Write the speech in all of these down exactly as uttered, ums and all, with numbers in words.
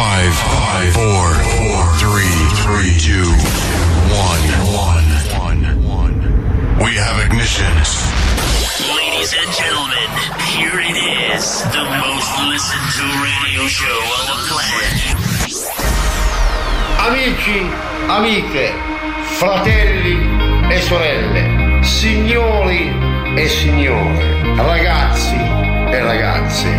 five, five, four, four, three, three, two, one, one, one. We have ignition. Ladies and gentlemen, here it is, the most listened to radio show on the planet. Amici, amiche, fratelli e sorelle, signori e signore, ragazzi e ragazze.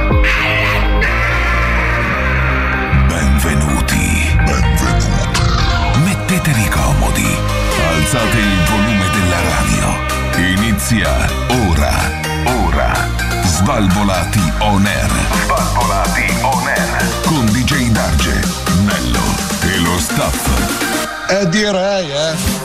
Benvenuti. Benvenuti. Mettetevi comodi. Alzate il volume della radio. Inizia ora. Ora. Svalvolati on air. Svalvolati on air. Con D J Darge, Nello e lo staff. Eh direi, eh.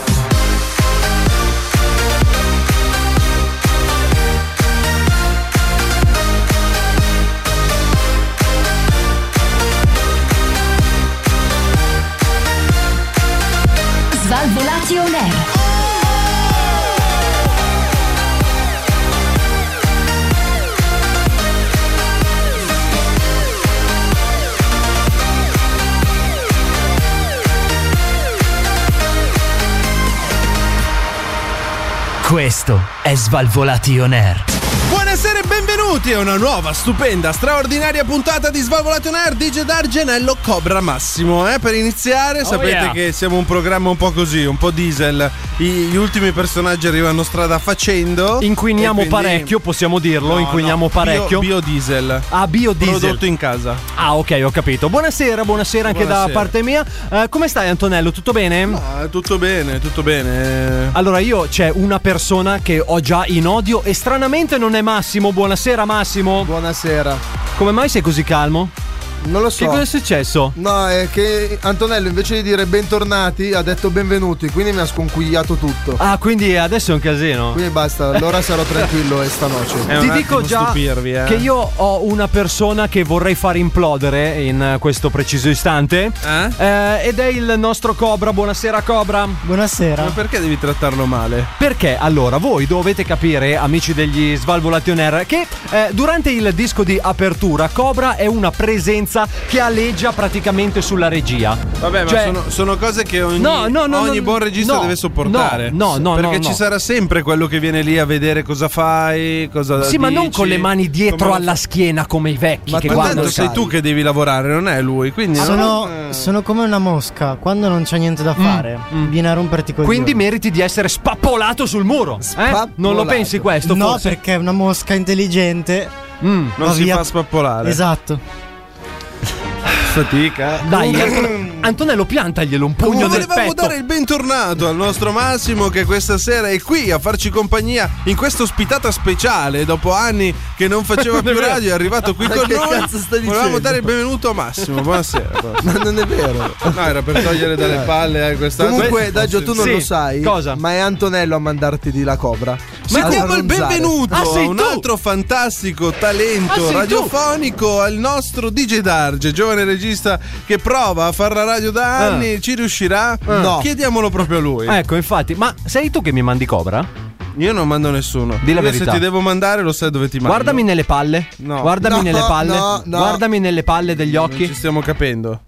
Svalvolati on air. Questo è Svalvolati on air. Buonasera e benvenuti a una nuova, stupenda, straordinaria puntata di Svalvolati on air. D J Dargenello Cobra Massimo, eh? Per iniziare, oh sapete yeah. che siamo un programma un po' così, un po' diesel. I, gli ultimi personaggi arrivano strada facendo. Inquiniamo quindi... parecchio, possiamo dirlo, no, inquiniamo no. parecchio. Bio, biodiesel. Ah, biodiesel. Prodotto in casa. Ah, ok, ho capito. Buonasera, buonasera anche buonasera. Da parte mia. Uh, come stai, Antonello? Tutto bene? No, tutto bene, tutto bene. Allora, io c'è una persona che ho già in odio e stranamente non è Massimo. Buonasera Massimo. Buonasera. Come mai sei così calmo? Non lo so. Che cosa è successo? No, è che Antonello invece di dire bentornati ha detto benvenuti, quindi mi ha sconquigliato tutto. Ah, quindi adesso è un casino. Quindi basta, allora sarò tranquillo e stanoce. Ti dico già stupirvi, eh. che io ho una persona che vorrei far implodere in questo preciso istante, eh? Eh, ed è il nostro Cobra. Buonasera Cobra. Buonasera. Ma perché devi trattarlo male? Perché allora voi dovete capire, amici degli Svalvolati on air, che eh, durante il disco di apertura Cobra è una presenza che aleggia praticamente sulla regia. Vabbè, cioè, ma sono, sono cose che ogni, no, no, no, ogni no, buon regista no, deve sopportare. No, no, no. Perché no, ci no. sarà sempre quello che viene lì a vedere cosa fai, cosa Sì, dici, ma non con le mani dietro alla fa... schiena come i vecchi. Ma che tanto sei tu che devi lavorare, non è lui. Quindi sono, no? sono come una mosca. Quando non c'è niente da fare, mm, mm. viene a romperti così. Quindi meriti di essere spappolato sul muro. Eh? Non lo pensi questo? No, forse? perché una mosca intelligente mm. non si via... fa spappolare. Esatto. Fatica. Dai, Anton- Antonello, piantaglielo un pugno del petto. Volevamo dare il bentornato al nostro Massimo, che questa sera è qui a farci compagnia in questa ospitata speciale. Dopo anni che non faceva più radio, è arrivato qui con che noi. Cazzo stai Volevamo dicendo? dare il benvenuto a Massimo. Buonasera. Ma non è vero. No, era per togliere dalle palle a questa. Comunque, Daggio, tu non sì. lo sai. Cosa? Ma è Antonello a mandarti di la Cobra. Ma diamo il ronzare. benvenuto Ah, a sei un tu? altro fantastico talento Ah, sei radiofonico, al nostro D J Darge, giovane regista che prova a fare la radio da anni. Ah. Ci riuscirà? No. Chiediamolo proprio a lui. Ecco, infatti, ma sei tu che mi mandi Cobra? Io non mando nessuno. Di la Io verità. se ti devo mandare lo sai dove ti mando. Guardami nelle palle. No. Guardami No, nelle palle. no, no. Guardami nelle palle degli Non occhi. ci stiamo capendo.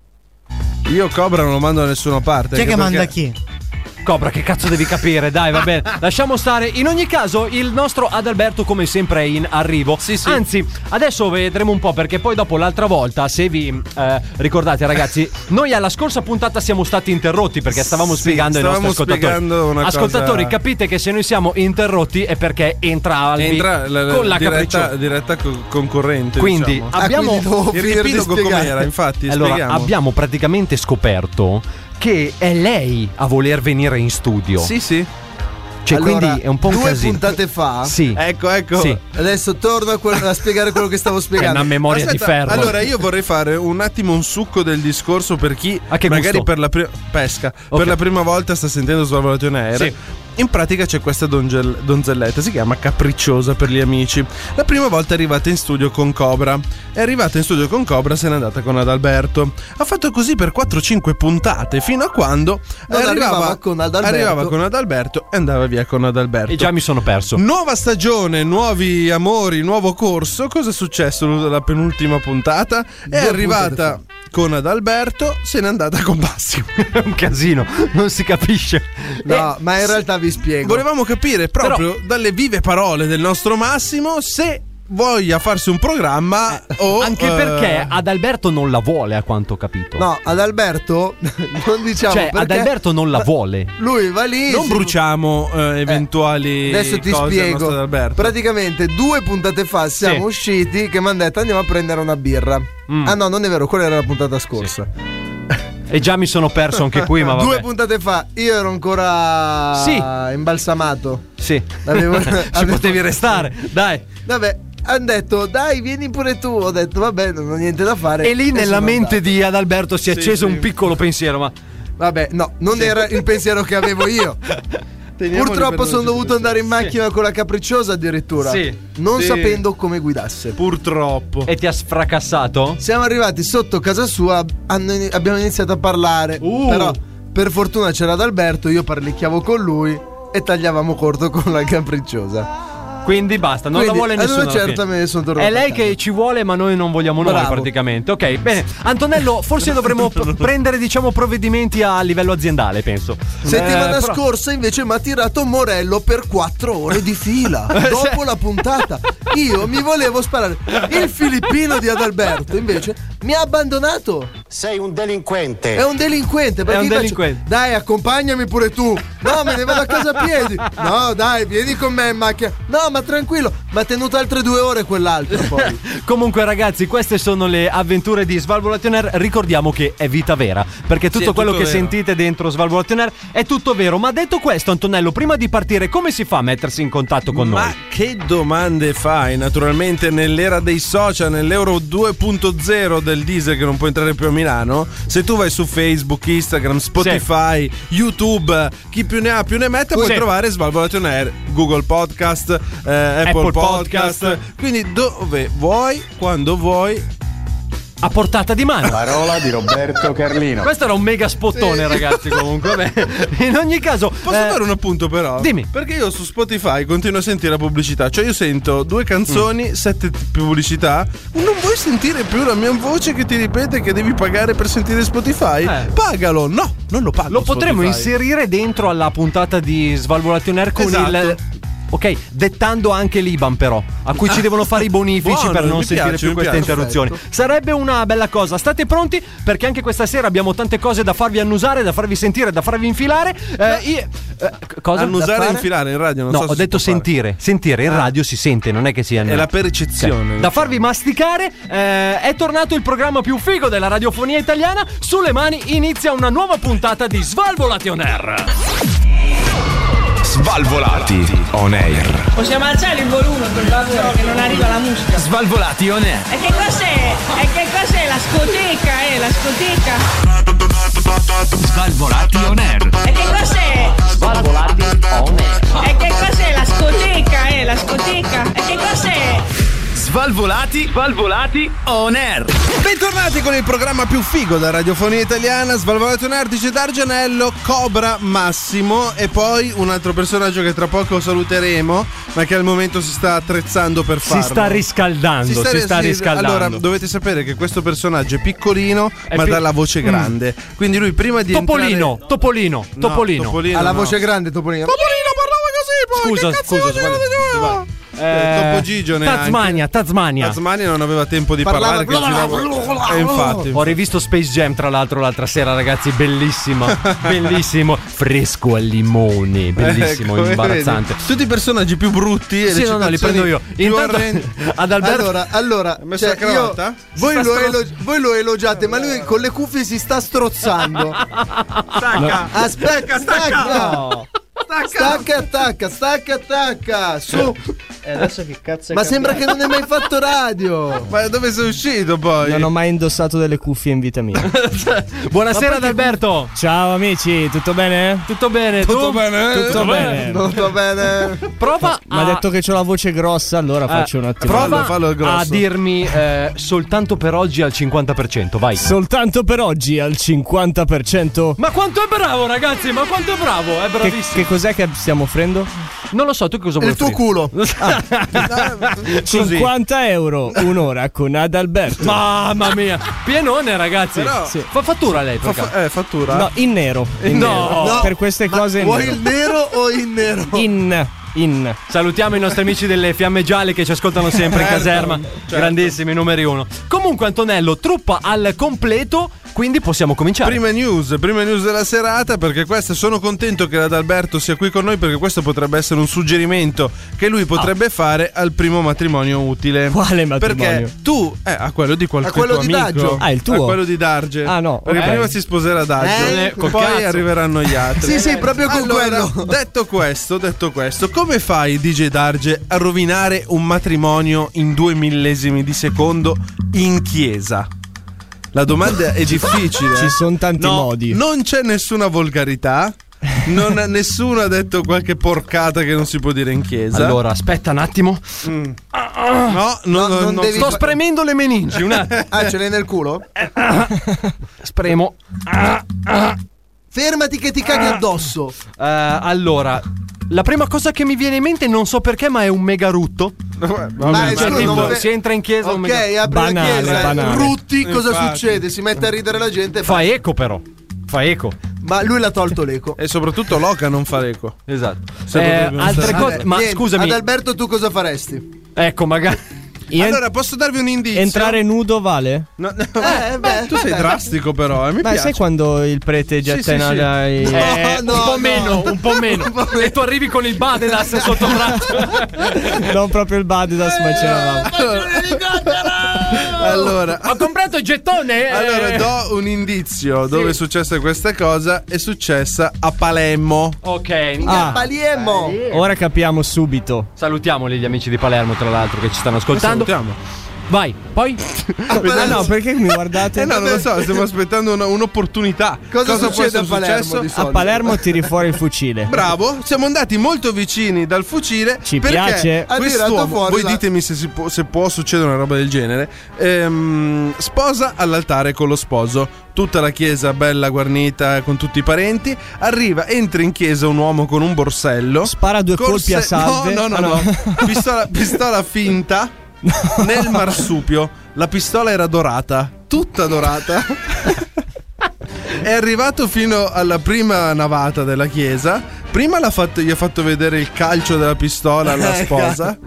Io Cobra non lo mando da nessuna parte. Chi è anche che manda perché- chi? Cobra, che cazzo devi capire? Dai, va bene. Lasciamo stare. In ogni caso, il nostro Adalberto, come sempre, è in arrivo. Sì, sì. Anzi, adesso vedremo un po', perché poi dopo l'altra volta, se vi eh, ricordate, ragazzi, noi alla scorsa puntata siamo stati interrotti perché stavamo Sì, spiegando ai stavamo nostri ascoltatori. spiegando una Ascoltatori, cosa... capite che se noi siamo interrotti è perché entra Albi Entra la, la, con la diretta, capriccio. diretta co- concorrente. Quindi diciamo. abbiamo Ah, quindi devo il finire di riepilogo spiegare. com'era, infatti. allora, spieghiamo. abbiamo praticamente scoperto che è lei a voler venire in studio. Sì, sì. Cioè, Allora, quindi è un po' un due casino. puntate fa. Sì. Ecco, ecco. Sì. Adesso torno a, que- a spiegare quello che stavo È spiegando. una memoria Aspetta, di ferro. Allora io vorrei fare un attimo un succo del discorso per chi A che magari gusto? per la prima pesca Ok. per la prima volta sta sentendo Svalvolati on air. Sì. In pratica c'è questa dongel- donzelletta, si chiama Capricciosa per gli amici. La prima volta è arrivata in studio con Cobra. È arrivata in studio con Cobra, se n'è andata con Adalberto. Ha fatto così per quattro cinque puntate, fino a quando Non arrivava con Adalberto. arrivava con Adalberto e andava via con Adalberto. E già mi sono perso. Nuova stagione, nuovi amori, nuovo corso. Cosa è successo la penultima puntata? È Due arrivata puntate con Adalberto, se n'è andata con Massimo. È un casino, non si capisce. No, Eh, ma in realtà vi spiego. Volevamo capire proprio dalle vive parole del nostro Massimo se voglia farsi un programma o anche eh, perché Adalberto non la vuole, a quanto ho capito. No, Adalberto non diciamo cioè, perché Adalberto non la vuole. lui va lì. non si- bruciamo eh, eventuali Adesso ti cose al spiego. nostro Adalberto. Praticamente due puntate fa siamo Sì. usciti che mi hanno detto andiamo a prendere una birra. Mm. Ah no, non è vero, quella era la puntata scorsa. E già mi sono perso anche qui, ma vabbè. Due puntate fa io ero ancora Sì. imbalsamato. Sì. Avevo- Ci avevo- potevi restare, dai. Vabbè, hanno detto dai vieni pure tu. Ho detto vabbè, non ho niente da fare. E lì nella sono mente andato. di Adalberto si è Sì, acceso sì. un piccolo pensiero, ma Vabbè, no, non era il pensiero che avevo io. Teniamoli Purtroppo per sono noi dovuto andare in macchina con la capricciosa addirittura. Sì. Non Sì. sapendo come guidasse. Purtroppo. e ti ha sfracassato? Siamo arrivati sotto casa sua, hanno ini- abbiamo iniziato a parlare. Uh. Però per fortuna c'era Adalberto, io parlicchiavo con lui e tagliavamo corto con la capricciosa. Quindi basta, non Quindi, la vuole ad nessuno. una alla certa fine. me ne sono tornato È lei a casa. che ci vuole, ma noi non vogliamo noi Bravo. praticamente. Ok, bene. Antonello, forse dovremmo p- prendere, diciamo, provvedimenti a livello aziendale, penso. Settimana Eh, però- scorsa invece mi ha tirato Morello per quattro ore di fila dopo la puntata. Io mi volevo sparare. Il filippino di Adalberto invece mi ha abbandonato. Sei un delinquente. È un delinquente. perché un io faccio, delinquente. dai, accompagnami pure tu. No, me ne vado a casa a piedi. No, dai, vieni con me in macchina. No, ma tranquillo. Ma ha tenuto altre due ore quell'altro poi. Comunque, ragazzi, queste sono le avventure di Svalvolation Air. Ricordiamo che è vita vera, perché tutto Sì, è quello tutto che vero. sentite dentro Svalvolation Air è tutto vero. Ma detto questo, Antonello, prima di partire, come si fa a mettersi in contatto con Ma noi? che domande fai? Naturalmente nell'era dei social, nell'euro due punto zero del diesel che non può entrare più a Milano, se tu vai su Facebook, Instagram, Spotify, YouTube, chi più ne ha più ne mette, puoi Sì. trovare Svalvolation Air, Google Podcast, eh, Apple, Apple Podcast. Podcast. Quindi dove vuoi, quando vuoi. A portata di mano. Parola di Roberto Carlino. Questo era un mega spottone, ragazzi. Comunque, vabbè. In ogni caso, Posso eh, fare un appunto però? dimmi. Perché io su Spotify continuo a sentire la pubblicità. Cioè io sento due canzoni, sette t- pubblicità. Non vuoi sentire più la mia voce che ti ripete che devi pagare per sentire Spotify? Eh. Pagalo. No, non lo pago. lo potremmo Spotify. inserire dentro alla puntata di Svalvolation Air con Esatto. il. Ok, dettando anche l'I B A N però, a cui ci devono fare i bonifici Buono, per non mi sentire piace, più mi queste piace. interruzioni. Sarebbe una bella cosa. State pronti? Perché anche questa sera abbiamo tante cose da farvi annusare, da farvi sentire, da farvi infilare. Eh, io- eh, cosa? Annusare Da e fare? infilare in radio. Non No, so se ho si detto può fare. sentire. Sentire, in radio si sente, non è che sia. È la percezione. Ok. Da farvi masticare, eh, è tornato il programma più figo della radiofonia italiana. Sulle mani inizia una nuova puntata di Svalvolation Air. Svalvolati on air. Possiamo alzare il volume per favore che non arriva la musica. Svalvolati on air. E che cos'è? E che cos'è la scoteca, eh? La scoteca? Svalvolati on air. E che cos'è? Svalvolati on air. E che cos'è la scoteca, eh? La scoteca? E che cos'è? Svalvolati, svalvolati on air. Bentornati con il programma più figo della radiofonia italiana, Svalvolation Air, dice D'Argenello, Cobra Massimo e poi un altro personaggio che tra poco saluteremo, ma che al momento si sta attrezzando per farlo. Si sta riscaldando, si sta, sì, riscaldando. Allora, dovete sapere che questo personaggio è piccolino, È ma pi- dà la voce grande. Quindi lui prima di Topolino, entrare... Topolino, No, Topolino. Topolino Ha la no. voce grande, Topolino. Topolino parlava così, poi Scusa, che cazzo scusa, voleva scusa. dire? Eh, Eh, Topo Gigio neanche. Tasmania, Tasmania. Tasmania non aveva tempo di Parlava- parlare che girava. E infatti, Ho rivisto Space Jam tra l'altro l'altra sera, ragazzi, bellissimo, bellissimo, fresco al limone, bellissimo, Ecco, imbarazzante. vedi? Tutti i personaggi più brutti e Sì, le no, no, li citazioni prendo io. più Intanto orrendi. ad Alberto Allora, allora, Ha messo cioè, la cravatta? io- voi, Si sta lo stro- elo- voi lo elogiate, ma lui con le cuffie si sta strozzando. Stacca. Aspetta, stacca. No. Stacca e attacca, stacca e attacca. Su. E adesso che cazzo è Ma sembra che non hai mai fatto radio. Ma dove sei uscito poi? Non ho mai indossato delle cuffie in vita mia. Buonasera ad Alberto. Ciao amici, tutto bene? Tutto bene? Tutto tu? bene? Tutto bene. Tutto bene. Prova Mi ha a- detto che ho la voce grossa, allora eh, faccio un attimo. prova Fallo, fallo il grosso. a dirmi eh, soltanto per oggi al cinquanta per cento, vai. Soltanto per oggi al cinquanta per cento. Ma quanto è bravo, ragazzi, ma quanto è bravo, è Che, bravissimo. che cos'è che stiamo offrendo? Non lo so, tu cosa vuoi Il tuo culo. cinquanta euro un'ora con Adalberto. Mamma mia, pienone ragazzi. Però- Sì. Fa fattura lei per Fa- caso? eh, fattura? No, in nero. In No. nero. No. Per queste cose in Vuoi nero. il nero o in nero? In. In. Salutiamo i nostri amici delle Fiamme Gialle che ci ascoltano sempre in Certo, caserma. certo. Grandissimi, numeri uno. Comunque Antonello, truppa al completo, quindi possiamo cominciare. Prima news, prima news della serata, perché questa sono contento che l'Adalberto sia qui con noi, perché questo potrebbe essere un suggerimento che lui potrebbe Ah. fare al primo matrimonio utile. Quale matrimonio? Perché tu, eh, a quello di qualche A quello tuo di amico. Daggio. Ah, il tuo? A quello di Darge. Ah, no, Perché ok. prima si sposerà Daggio, Eh, e col poi cazzo. arriveranno gli altri. Sì, sì, proprio con Allora, quello. detto questo, detto questo, come fai D J Darge a rovinare un matrimonio in due millesimi di secondo in chiesa? La domanda è difficile. Ci sono tanti No, modi. Non c'è nessuna volgarità. Non, nessuno ha detto qualche porcata che non si può dire in chiesa. Allora, aspetta un attimo. No, no, no, non no, devi- Sto spremendo le meningi, un attimo. Ah, ce l'hai nel culo? Spremo. Fermati che ti caghi addosso. Eh, allora, la prima cosa che mi viene in mente, non so perché, ma è un mega rutto. Vabbè, Dai, Cioè, scusa, tipo, non ve- si entra in chiesa un Ok, mega... apri Banale, la chiesa, banale. rutti, cosa Infatti. succede? Si mette a ridere la gente, Fa eco però. Fa eco. ma lui l'ha tolto l'eco. E soprattutto Loca non fa l'eco. Esatto. Se Eh, proprio- altre Vabbè, cose. Ma niente. scusami. Ad Alberto tu cosa faresti? Ecco, magari. Io- Allora, posso darvi un indizio? Entrare nudo vale? No, no. Eh, beh, tu sei vabbè. drastico, però. Eh, mi Beh, piace. sai quando il prete getta Sì, sì, in sì. aria i- Eh, no, un po' no. meno, un po' meno. Un po' meno. E tu arrivi con il Badedas sotto il braccio. Non proprio il Badidas, ma c'eravamo. Allora, Ho comprato il gettone. eh. allora do un indizio dove è successa questa cosa. È successa a Palermo. Ok. Ah, Paliemo. ora capiamo subito. Salutiamoli gli amici di Palermo, tra l'altro, che ci stanno ascoltando. Salutiamo. Vai, poi. Ah no, perché mi guardate? Eh no, non lo so, stiamo aspettando una- un'opportunità. Cosa può succede essere a Palermo successo? di A solito? Palermo tiri fuori il fucile. Bravo, siamo andati molto vicini dal fucile. Ci perché piace. Ha tirato quest'uomo, fuori voi la- ditemi se, si può, se può succedere una roba del genere. Ehm, sposa all'altare con lo sposo. Tutta la chiesa bella guarnita con tutti i parenti. Arriva, entra in chiesa un uomo con un borsello. Spara due colpi a salve. No, no, no, Ah, no. no. Pistola, pistola finta. Nel marsupio la pistola era dorata, tutta dorata. È arrivato fino alla prima navata della chiesa. Prima l'ha fatto, gli ha fatto vedere il calcio della pistola alla sposa.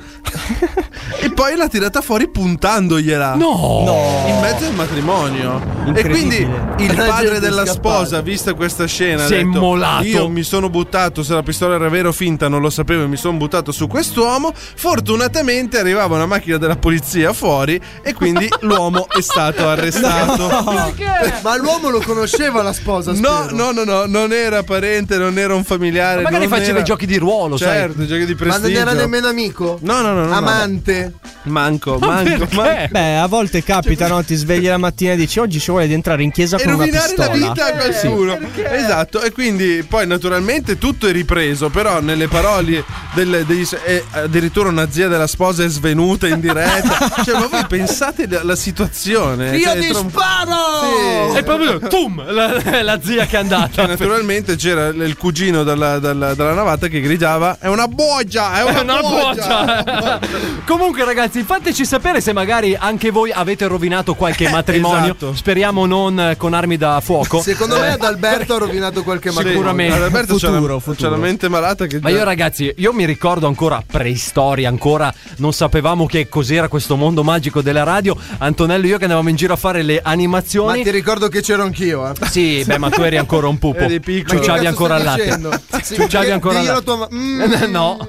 E poi l'ha tirata fuori puntandogliela. No. In mezzo al matrimonio. E Incredibile. quindi il La padre gente è della scappata. sposa, vista questa scena, Si ha è detto: immolato. io mi sono buttato, se la pistola era vera o finta non lo sapevo, e mi sono buttato su quest'uomo. Fortunatamente arrivava una macchina della polizia fuori e quindi l'uomo è stato arrestato. Ma l'uomo lo conosceva la sposa? No, spero. no, no, no, non era parente, non era un familiare. Ma magari non faceva era- i giochi di ruolo, Certo, i giochi di Ma non prestigio. era nemmeno amico? No, no, no, no. Amante? Manco, sai. manco, Perché? manco. Beh, a volte capita, no? Ti svegli la mattina e dici oggi ci vuole di entrare in chiesa E con una rovinare la pistola. vita a qualcuno. Esatto, e quindi poi naturalmente tutto è ripreso, però nelle parole del, degli, e addirittura una zia della sposa è svenuta in diretta. Cioè, ma voi pensate alla situazione? Io Cioè, ti trom- sparo! Sì. E poi tum, la, la zia che è andata. Naturalmente c'era il cugino dalla, dalla- dalla navata che gridava: è una boggia, è una, È una boccia. Comunque, ragazzi, fateci sapere se magari anche voi avete rovinato qualche matrimonio. esatto. Speriamo non con armi da fuoco. Secondo me ad Alberto ha rovinato qualche matrimonio. Sicuramente. Alberto c'ha Futuro, la- futuro. c'ha la mente malata che Ma io ragazzi, io mi ricordo ancora preistoria, ancora non sapevamo che cos'era questo mondo magico della radio. Antonello e io che andavamo in giro a fare le Ma animazioni. ti ricordo che c'ero anch'io, eh. Sì, beh, ma tu eri ancora un pupo. Eri piccolo. Ma che Ciucciavi cazzo ancora il stai latte. dicendo? Sì, Ciucciavi di- ancora il diglielo latte. a tua ma- mm. No.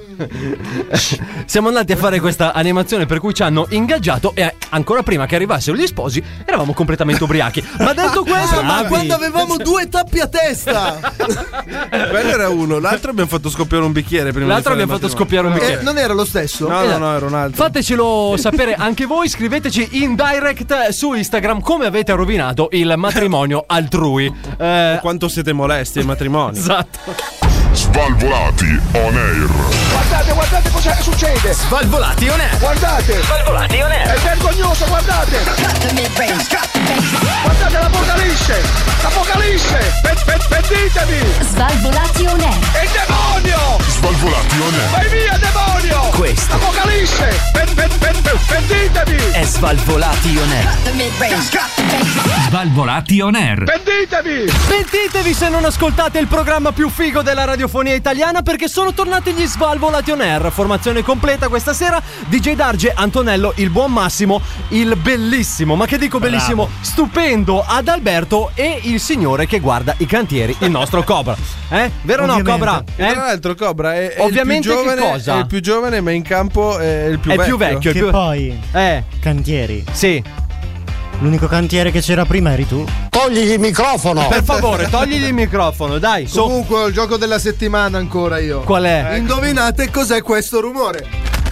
Siamo andati a fare questa animazione per cui ci hanno ingaggiato e ancora prima che arrivassero gli sposi eravamo completamente ubriachi. Ma detto questo, Ah, ma Bravi. quando avevamo due tappi a testa! quello era uno, l'altro abbiamo fatto scoppiare un bicchiere prima l'altro di fare abbiamo fatto il scoppiare un bicchiere. Eh, non era lo stesso? matrimonio. No, no, no, era un altro. Fatecelo sapere anche voi, scriveteci in direct su Instagram come avete rovinato il matrimonio altrui. Eh, Quanto siete molesti ai matrimoni. esatto. Svalvolati on air. Guardate, guardate cosa succede! Svalvolati on air. Guardate! Svalvolati on air. È vergognoso, guardate! Guardate l'Apocalisse! L'Apocalisse! Pe- pe- Pentitevi! Svalvolati on air. È il demonio! Svalvolati on air. Vai via, demonio! Questo Apocalisse! Ben, ben, ben, ben, pentitevi! è Svalvolati on air. Svalvolati on air. Pentitevi! Pentitevi se non ascoltate il programma più figo della radiofonia italiana, perché sono tornati gli Svalvolati on air. Formazione completa questa sera: D J Darge, Antonello, il buon Massimo, il bellissimo, ma che dico bellissimo, stupendo Adalberto e il signore che guarda i cantieri, il nostro Cobra. Eh? Vero o no, Ovviamente. Cobra? E Eh? tra l'altro Cobra è, è Ovviamente il più giovane, che cosa? è il più giovane, ma in campo è il più È vecchio. più vecchio, è Che più... poi, Eh, cantieri. sì. L'unico cantiere che c'era prima eri tu. Togli il microfono. Per favore, togli il microfono, dai. So, Comunque ho il gioco della settimana ancora io. qual è? Indovinate cos'è questo rumore?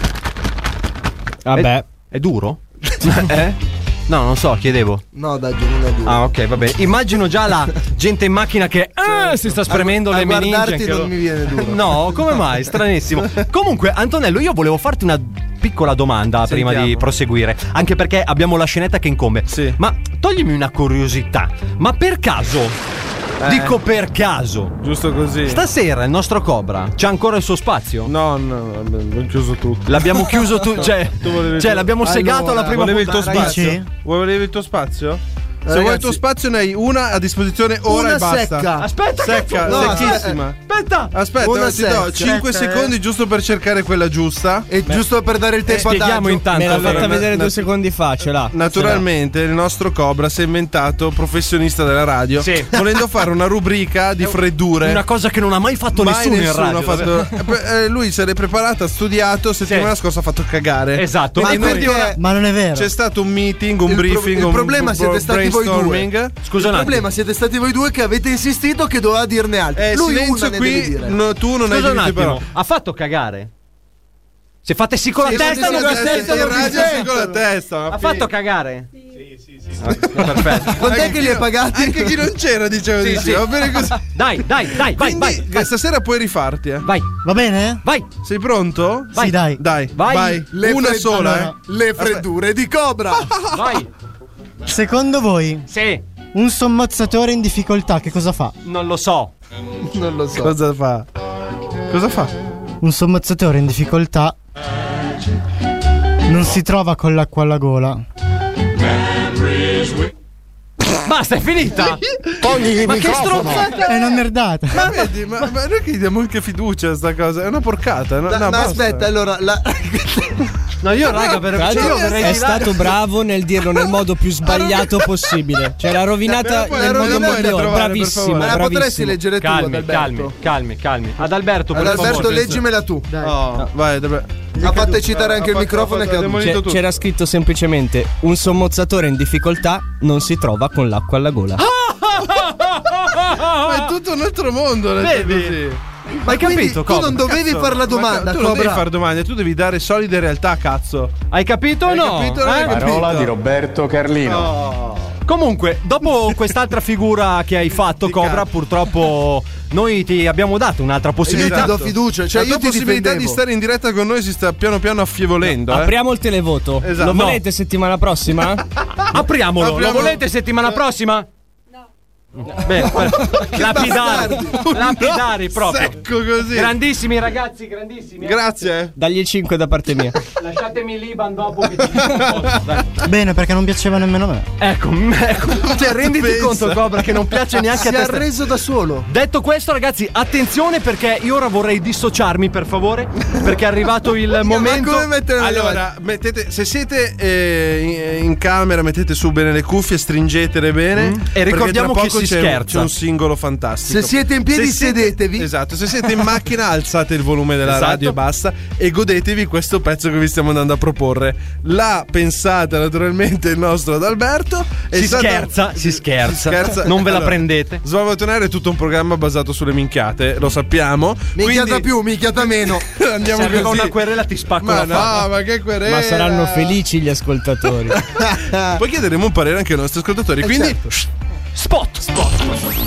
Vabbè. È duro? Eh? No, non so, chiedevo. No, dai, non è duro. Ah, ok, va bene. Immagino già la gente in macchina che eh, si sta spremendo a le meningi. guardarti anche non loro. mi viene duro. No, come mai? Stranissimo. Comunque, Antonello, io volevo farti una piccola domanda prima Sentiamo. di proseguire. Anche perché abbiamo la scenetta che incombe. Sì. Ma toglimi una curiosità. Ma per caso, dico per caso, Giusto così. stasera il nostro Cobra c'ha ancora il suo spazio? No, no, l'ho chiuso tutto. L'abbiamo chiuso tu, cioè, Tu volevi cioè tu- l'abbiamo segato Allora, alla prima Volevi il tuo puntata. spazio? Dici? Volevi il tuo spazio? Se Ragazzi, vuoi il tuo spazio ne hai una a disposizione ora Una e basta. secca. Aspetta, Secca, cazzo. secchissima. Aspetta. Aspetta, Una ti do secca. cinque secondi giusto per cercare quella giusta. E giusto per dare il tempo a Spieghiamo Daggio. intanto. Me l'ha allora, fatta na- vedere na- due secondi fa, ce l'ha. Naturalmente il nostro Cobra si è inventato professionista della radio, Sì. volendo fare una rubrica di freddure. Una cosa che non ha mai fatto Mai nessuno, in nessuno radio. ha fatto. Eh, beh, eh, lui se l'è preparato, ha studiato, settimana scorsa ha fatto cagare. Esatto. Quindi Ma noi- quindi ora- Ma non è vero. c'è stato un meeting, un Il pro- briefing, il un problema un siete stati voi due. brainstorming. Scusa Il un attimo. problema siete stati voi due che avete insistito che doveva dirne altri. Eh, Lui silenzio una ne deve qui, dire. no, tu non hai Scusa un diritto attimo. però. Ha fatto cagare? Se fate sì con la Sì, testa, sì, non sì, ha sì, senso, sì, non in ti radio sento. sì, con la testa. ma Ha fi- fatto cagare? Sì, sì, sì. Perfetto. Quant'è Anche che li hai chi- pagati? Anche chi non c'era diceva di Sì, sì, sì. va bene così. Dai, dai, dai, vai, Quindi vai, vai. stasera puoi rifarti, eh. Vai, Va bene? vai. Sei pronto? Vai. Sì, dai. Dai, Vai. vai. Le Una fred- sola, allora, eh. Le freddure di Cobra. Vai. Secondo voi, Sì, un sommozzatore in difficoltà che cosa fa? non lo so. Non lo so. Cosa fa? Cosa fa? Un sommozzatore in difficoltà non si trova con l'acqua alla gola. Basta, è finita. Togli il Ma che microfono. stronzata. È una nerdata. Ma vedi, ma, ma noi che gli diamo anche fiducia a sta cosa? È una porcata. No, Da- no, ma basta. aspetta, allora la... No, io raga, per Tra cioè, io l'altro verrei è di là- stato bravo nel dirlo nel modo più sbagliato possibile. Cioè l'ha rovinata Però poi nel la modo rovinata da migliore. trovare, per Bravissimo, favore. Ma la potresti bravissimo. leggere tu, Calmi, Adalberto? calmi, calmi, calmi. Adalberto, per Adalberto, favore. leggimela tu. Oh, vai, dove... Ha fatto eccitare anche Ha il fatto- microfono ha e fatto- che ha demolito C'è- tutto. c'era scritto semplicemente: un sommozzatore in difficoltà non si trova con l'acqua alla gola. Ma è tutto un altro mondo. letto Vedi? così. Hai Quindi capito, tu Cobra? non dovevi Cazzo, fare la ma domanda, tu non devi Cobra. fare domande, tu devi dare solide realtà, cazzo. Hai capito o Hai no? capito o non hai Eh? capito? Parola di Roberto Carlino. Comunque, dopo quest'altra figura che hai fatto, Di Cobra, cazzo. purtroppo noi ti abbiamo dato un'altra E io possibilità. ti do fiducia, cioè la io tua ti possibilità difendevo. di stare in diretta con noi si sta piano piano affievolendo. eh. Apriamo il televoto. Esatto. Lo No. volete settimana prossima? Apriamolo, lo Apriamo- volete settimana prossima? No. Bene, per- lapidari, lapidari proprio. Secco così. Grandissimi ragazzi, grandissimi. eh. Grazie. eh. Dagli cinque da parte mia. Lasciatemi l'Iban dopo che ci dico. Dai. Bene, perché non piaceva nemmeno a me. Ecco, ecco. Cioè, renditi Pensa. conto, Cobra, che non piace neanche Si a è te. stesso. arreso da solo. Detto questo, ragazzi, attenzione perché io ora vorrei dissociarmi, per favore, perché è arrivato il Ma momento. come mettere le Allora, mettete, se siete eh, in, in camera, mettete su bene le cuffie, stringetele bene. Mm. E ricordiamo perché che tra poco si c'è, scherza. c'è un singolo fantastico. Se siete in piedi, sedetevi. Esatto, se siete in macchina, alzate il volume della Esatto. radio e basta. E godetevi questo pezzo che vi stiamo andando a proporre. L'ha pensata naturalmente il nostro Adalberto. È Si stato- scherza, si scherza. Non ve la prendete. Svalvolatonare è tutto un programma basato sulle minchiate, lo sappiamo. Minchiata Quindi più, minchiata meno. andiamo Se arriva così. una querela ti spacco Ma la faccia. no, ma che querela. Ma saranno felici gli ascoltatori. Poi chiederemo un parere anche ai nostri ascoltatori. Quindi certo. Spot, spot.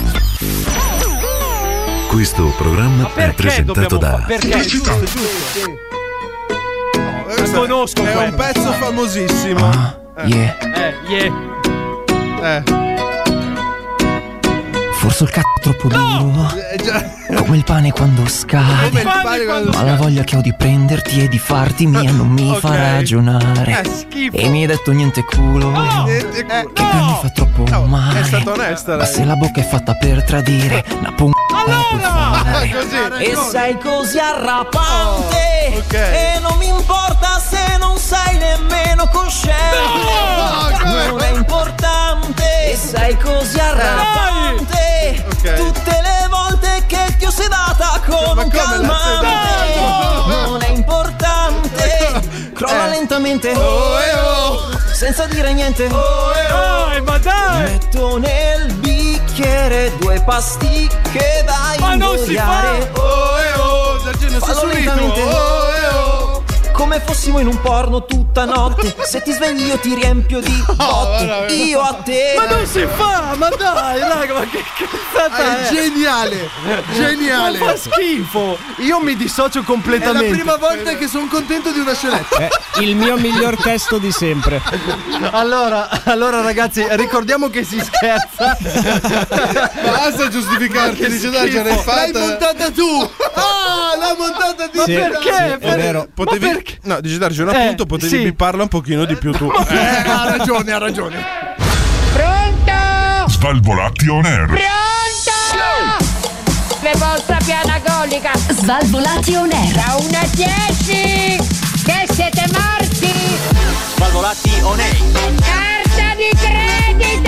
Questo programma è Perché presentato dobbiamo da fa- Perché? Giusto, giusto. questo conosco è quello. un pezzo famosissimo. Yeah. Eh, yeah. Eh. Forse il cazzo è troppo duro. Eh, già. Come il pane quando scade. Come il pane quando Ma la voglia che ho di prenderti e di farti mia non mi Ok. fa ragionare. È schifo. E mi hai detto niente culo. Niente culo. Che poi mi fa troppo No, male. è stata onesta Ma lei. se la bocca è fatta per tradire, una pun- Così. E sei così arrapante. Oh, ok. E non mi importa se non sei nemmeno cosciente. No, non è importante. E sei così arrapante. Ok. Tutte le volte che ti ho sedata con Ma un come l'ha calmante. sedata? Non è importante. Crolla Eh. lentamente. Oh, eh, oh. Senza dire niente. Dai, ma dai! Metto nel bicchiere due pasticche da Ma non si ingoiare. Oh, eh, oh. Sergio, Fallo sei sul lentamente. ritmo. Oh, eh, oh. Come fossimo in un porno tutta notte. Se ti svegli io ti riempio di botte. veramente. Io a te. Ma non si fa! Ma dai, raga, ma che cazzata È è? geniale, geniale. Ma fa schifo! Io mi dissocio È la completamente. prima volta che sono contento di una scenetta. È il mio miglior testo di sempre. Allora, allora ragazzi, ricordiamo che si scherza. Basta giustificarti, dice dai, ce l'hai L'hai fatta. montata tu. Ah, l'ha montata tu. Sì, perché? sì, è Per- vero. Potevi, Ma perché? no, dice Darge, un Eh, appunto, potevi sì. bipparla un pochino di più tu. Eh, ha ragione, ha ragione. Pronto? Svalvolati on air. Pronto? Le vostra piana golica. Svalvolati on air. Da uno a dieci. Che siete morti. Svalvolati on air. Carta di credito.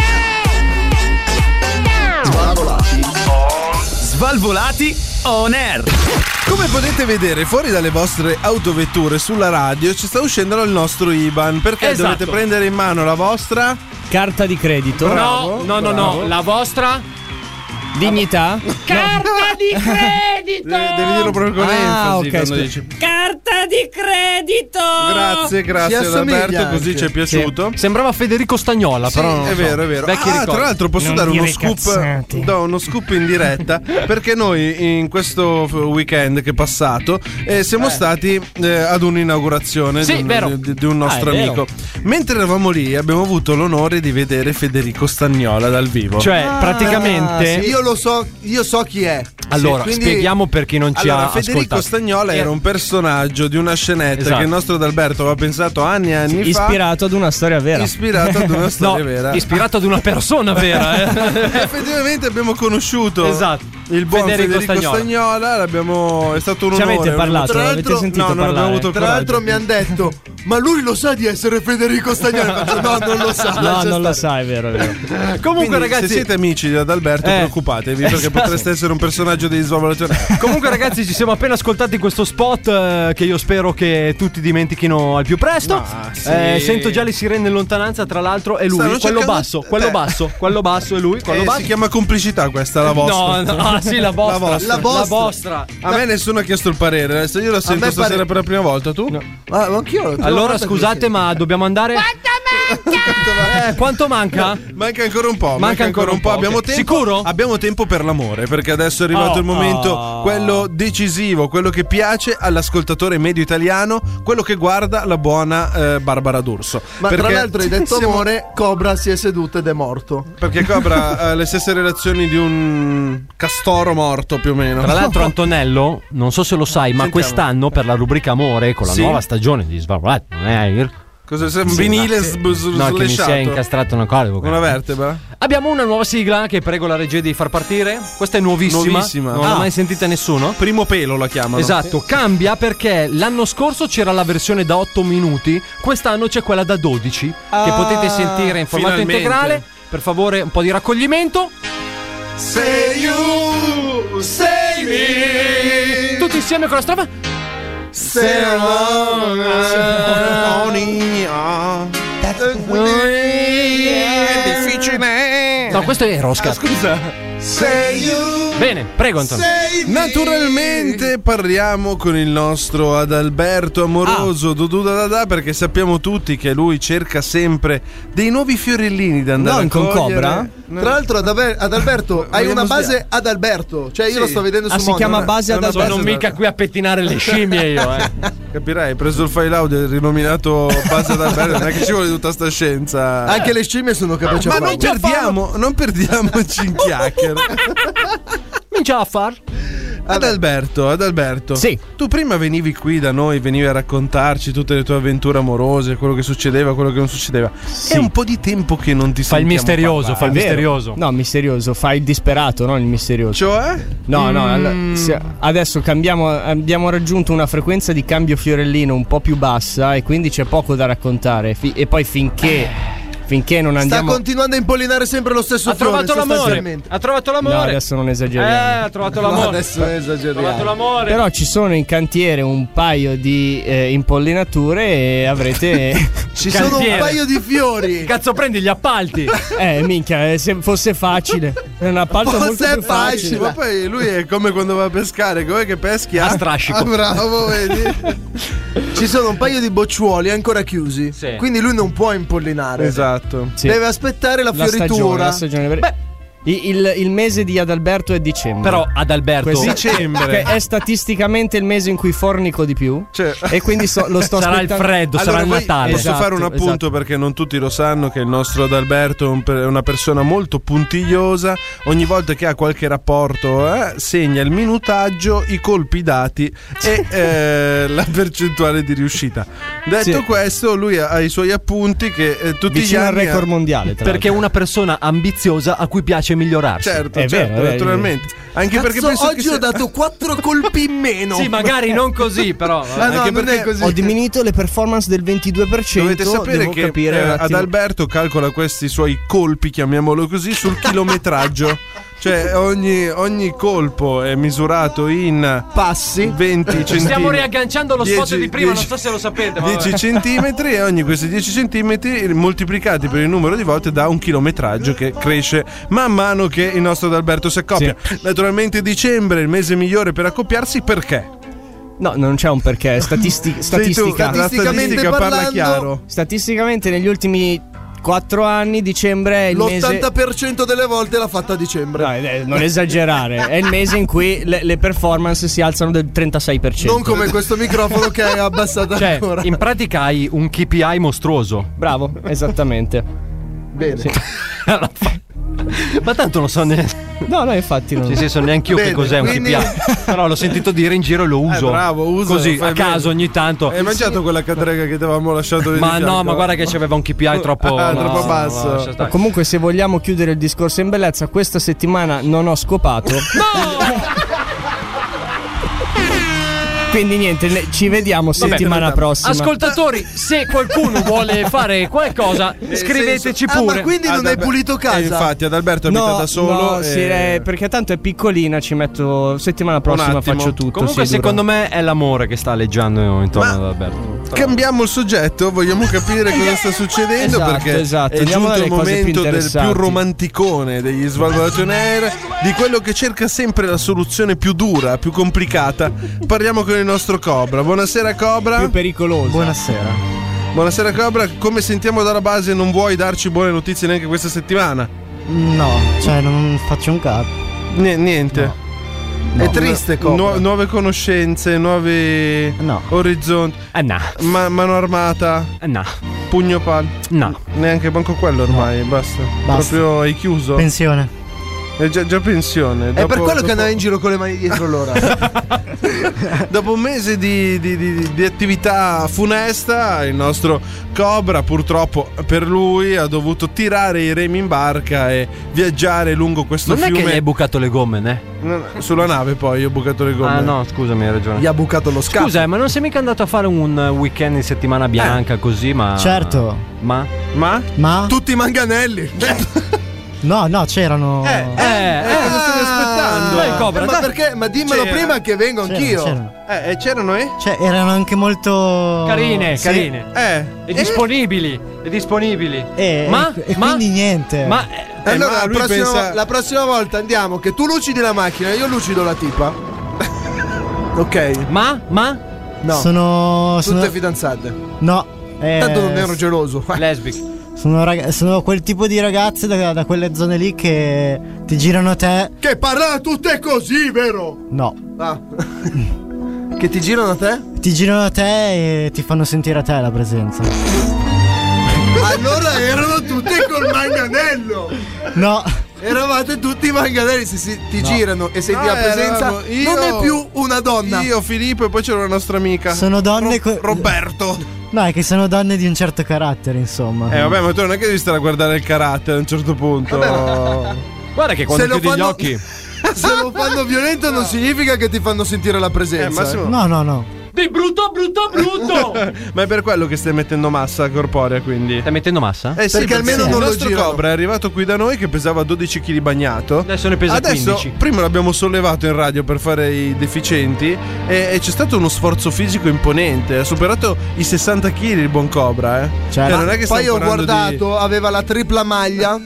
Svalvolati on air. Come potete vedere, fuori dalle vostre autovetture sulla radio ci sta uscendo il nostro I B A N. Perché Esatto. dovete prendere in mano la vostra Carta di credito. No, no, no, no, la vostra? Dignità. Carta di credito. Devi, devi dirlo proprio con Ah, enfasi ok, quando scusa. dici. Carta di credito. Grazie, grazie Si ad assomiglia Alberto, così anche. ci è piaciuto. Sembrava Federico Stagnola, Sì, però. non è so. vero, è vero. Vecchi Ah, ricordi. tra l'altro posso Non dare uno dire scoop, cazzate. do uno scoop in diretta perché noi in questo f- weekend che è passato eh, siamo stati eh, ad un'inaugurazione Sì, di, un, vero. di- di un nostro Ah, è vero. amico. Mentre eravamo lì abbiamo avuto l'onore di vedere Federico Stagnola dal vivo. Cioè, Ah, praticamente. Io lo so, io so chi è. Allora, Quindi- spieghiamo per chi non ci Allora, ha Federico ascoltato. Stagnola Eh, era un personaggio di una scenetta Esatto. che il nostro Adalberto aveva pensato anni e anni fa. Ispirato ad una storia vera. Ispirato ad una No, storia vera. ispirato ad una persona vera, eh. Effettivamente abbiamo conosciuto Esatto. il buon Federico Federico, Stagnola. Stagnola. L'abbiamo, è stato un Ci onore. avete parlato, Tra l'avete l'altro- sentito no, non abbiamo parlare? avuto Tra l'altro mi hanno detto, ma lui lo sa di essere Federico Stagnola. Faccio, no, non lo sa. No, lascia non lo stare. sai, è vero, è vero. Comunque, Quindi, ragazzi. se siete amici di Adalberto, Eh. preoccupatevi perché Esatto. potreste essere un personaggio di svalvolazione. Comunque, ragazzi, ci siamo appena ascoltati questo spot eh, che io spero che tutti dimentichino al più presto. Ma sì. Eh, sento già le sirene in lontananza, tra l'altro, è lui, Stanno quello cercando- basso, quello eh. basso, quello basso è lui, quello Eh, basso. si chiama complicità questa, la vostra. No, no, ah, sì, la vostra. La vostra. La vostra. La vostra. A me nessuno ha chiesto il parere. Adesso io lo sento me stasera pare- per la prima volta. Tu? Ma ma anch'io. l'ho Allora, trovata scusate, così. ma dobbiamo andare. Eh, quanto manca? Manca ancora un po'. Manca ancora un po', Abbiamo ok. tempo. Sicuro? Abbiamo tempo per l'amore. Perché adesso è arrivato Oh. il momento, Oh. quello decisivo, quello che piace all'ascoltatore medio italiano, quello che guarda la buona eh, Barbara D'Urso. Ma perché tra l'altro hai detto siamo- amore, Cobra si è seduto ed è morto. Perché Cobra ha le stesse relazioni di un castoro morto più o meno. Tra l'altro, Antonello, non so se lo sai, ma Sentiamo. quest'anno per la rubrica Amore, con la Sì. nuova stagione di Svalvolati on air, Cosa sei un Sì, vinile ma- sb- s- no, che mi si è slesciato? incastrato una cosa. Una vertebra? Abbiamo una nuova sigla che prego la regia di far partire. Questa è nuovissima. Nuovissima. Non Ah. l'ha mai sentita nessuno. Primo pelo la chiamano. Esatto, cambia perché l'anno scorso c'era la versione da otto minuti, quest'anno c'è quella da dodici, che Ah, potete sentire in formato finalmente. integrale. Per favore, un po' di raccoglimento. Say you, say me. Tutti insieme con la strofa. Say along, è difficile. No, questo è Rosca. Scusa. Say you. Bene, prego Antonio. Naturalmente parliamo con il nostro Adalberto amoroso Ah. Dudu da da da, perché sappiamo tutti che lui cerca sempre dei nuovi fiorellini da andare Non a con cogliere. Cobra? No. Tra l'altro, ad, Alber- ad Alberto hai Vogliamo una base sviare. ad Alberto. Cioè, io Sì. lo sto vedendo Ah, su si chiama monitor. base ad È una Alberto. Sono mica qui a pettinare le scimmie io, eh. Capirai, hai preso il file audio e rinominato base ad Alberto, non è che ci vuole tutta sta scienza. Anche le scimmie sono capaci a Ma non farlo. perdiamo, non perdiamoci in chiacchiere. Comincia a far. Adalberto, Adalberto. Sì. Tu prima venivi qui da noi, venivi a raccontarci tutte le tue avventure amorose, quello che succedeva, quello che non succedeva. Sì. È un po' di tempo che non ti Fa il sentiamo misterioso, parlare. fa il Vero. misterioso. No, misterioso, fa il disperato, non il misterioso. Cioè? No, no, Mm. all- se- adesso cambiamo, abbiamo raggiunto una frequenza di cambio fiorellino un po' più bassa e quindi c'è poco da raccontare. Fi- e poi finché finché non Sta andiamo continuando a impollinare sempre lo stesso Ha fiore. trovato l'amore. sostanzialmente. Ha trovato l'amore. No, adesso non Eh, esageriamo. ha trovato No, l'amore. adesso Ha esageriamo. trovato l'amore. Però ci sono in cantiere un paio di eh, impollinature e avrete Ci sono un Cantiere. paio di fiori. Cazzo, prendi gli appalti. eh minchia, eh, se fosse facile. È un appalto molto Forse è più facile. Ma poi lui è come quando va a pescare, com'è che peschi? A strascico. Ah, bravo, vedi? Ci sono un paio di bocciuoli ancora chiusi. Sì. Quindi lui non può impollinare. Esatto. Sì. Deve aspettare la, La stagione, fioritura. la stagione. Beh. I- Il, il mese di Adalberto è dicembre. Però Adalberto Questo- Dicembre. che è statisticamente il mese in cui fornico di più. Cioè- E quindi so- lo sto sarà il aspettando. freddo, Allora, sarà il voi- Natale. Posso Esatto, fare un appunto esatto. perché non tutti lo sanno che il nostro Adalberto è un per- è una persona molto puntigliosa. Ogni volta che ha qualche rapporto eh, segna il minutaggio, i colpi dati e eh, la percentuale di riuscita. Detto Sì. questo, lui ha, ha i suoi appunti che eh, tutti Vicino gli al anni record ha- mondiale. Tra Perché è una persona ambiziosa a cui piace migliorarsi. Certo, È certo, vero, è vero. naturalmente. Anche Cazzo, perché penso oggi che ho se- dato quattro colpi in meno. Sì, magari non così, però. vabbè. Ah, no, anche non perché è così. Ho diminuito le performance del ventidue per cento. Dovete sapere devo che capire eh, un attimo. Adalberto calcola questi suoi colpi, chiamiamolo così, sul chilometraggio. Cioè ogni, ogni colpo è misurato in passi venti centimetri. Stiamo riagganciando lo spot dieci di prima, dieci non so se lo sapete. Ma dieci vabbè. centimetri e ogni questi dieci centimetri moltiplicati per il numero di volte dà un chilometraggio che cresce man mano che il nostro Adalberto si accoppia. Naturalmente dicembre è il mese migliore per accoppiarsi perché? No, non c'è un perché. Statisti- Sei tu, statistica. la statistica parla parlando- chiaro. Statisticamente negli ultimi quattro anni dicembre è il mese. l'ottanta per cento delle volte l'ha fatta a dicembre. No, eh, non esagerare, è il mese in cui le, le performance si alzano del trentasei per cento. Non come questo microfono che è abbassato Cioè, ancora. in pratica hai un K P I mostruoso. Bravo, esattamente. Bene. Sì. Ma tanto non so neanche. No, no, infatti non. Sì, sì, so neanche io Bene, che cos'è quindi- un K P I. Però l'ho sentito dire in giro e lo uso. Eh, bravo, usa, Così, fai a caso, bene. ogni tanto. Hai mangiato quella cadrega che ti avevamo lasciato lì Ma di no, fianco? ma guarda che c'aveva un K P I troppo, Ah, no, troppo no, basso. no, lascia stare. Comunque, se vogliamo chiudere il discorso in bellezza, questa settimana non ho scopato. Quindi niente, ne- ci vediamo settimana prossima. Ascoltatori, se qualcuno vuole fare qualcosa, scriveteci Ah, pure. ma quindi non hai Adalber- pulito casa? Eh, infatti, Adalberto abita No, da solo. no, e- sì, eh, perché tanto è piccolina, ci metto settimana prossima attimo. faccio tutto. Comunque, sì, dura- secondo me è l'amore che sta alleggiando intorno Ma- ad Alberto. Cambiamo il soggetto, vogliamo capire cosa sta succedendo Esatto, perché esatto. è Andiamo giunto il dalle cose più momento del più interessanti. romanticone degli Svalvolati on Air, di quello che cerca sempre la soluzione più dura, più complicata. Parliamo con il nostro Cobra. Buonasera Cobra. più pericolosa. Buonasera. Buonasera Cobra, come sentiamo dalla base non vuoi darci buone notizie neanche questa settimana? No, cioè non faccio un cazzo. N- niente. È triste, Cobra. Nu- nuove conoscenze, nuovi No. orizzonti. Eh no, Ma- mano armata, eh no, pugno pal. no. Neanche manco quello ormai, basta. Basta. Proprio hai chiuso. Pensione. È già, già pensione. È Dopo- per quello dopo- che andava in giro con le mani dietro l'ora. Dopo un mese di, di- di- di attività funesta, il nostro Cobra, purtroppo per lui, ha dovuto tirare i remi in barca e viaggiare lungo questo Non è fiume. che gli hai bucato le gomme, né? No, no, sulla nave poi ho bucato le gomme. Ah no, scusami, hai ragione. Gli ha bucato lo scafo. Scusa, eh, ma non sei mica andato a fare un weekend in settimana bianca così, ma. Certo. Ma? Ma? Ma? Tutti i manganelli. No, no, c'erano. Eh, eh, cosa stavi aspettando? Dai, Cobra, ma dai. perché? Ma dimmelo C'era. prima che vengo C'erano, anch'io. c'erano. Eh, e c'erano eh? Cioè, erano anche molto. Carine, Sì. carine. Eh. E disponibili, e disponibili. Eh, ma? e, e ma? quindi niente. Ma. eh, Eh, Allora, ma la lui prossima, pensa- la prossima volta andiamo che tu lucidi la macchina e io lucido la tipa. Ok. Ma? Ma? No. Sono. Tutte sono fidanzate. no. eh, Tanto non ero geloso. Lesbiche. sono, rag- sono quel tipo di ragazze da, da quelle zone lì che ti girano a te. Che parlano tutte così, vero? No. Ah. Che ti girano a te? Ti girano a te e ti fanno sentire a te la presenza. Allora erano tutte col manganello. No. Eravate tutti manganelli. Se si, ti No. girano e senti No, la presenza, eravamo io- non è più una donna. Io, Filippo e poi c'era una nostra amica. Sono donne. Ro- Roberto. No, è che sono donne di un certo carattere, insomma. Eh, vabbè, ma tu non è che devi stare a guardare il carattere a un certo punto. Guarda che quando Se lo chiudi fanno- gli occhi. Se lo fanno violento non significa che ti fanno sentire la presenza. Eh, Massimo- eh. No, no, no. Di brutto, brutto, brutto. Ma è per quello che stai mettendo massa corporea, quindi. Stai mettendo massa? Eh sì, Perché almeno il non lo nostro girano. Cobra è arrivato qui da noi che pesava dodici chili bagnato. Adesso ne pesa Adesso, quindici. prima l'abbiamo sollevato in radio per fare i deficienti e, e c'è stato uno sforzo fisico imponente. Ha superato i sessanta chili il buon Cobra, eh. Cioè, non è che Poi stiamo ho parlando guardato, aveva la tripla maglia.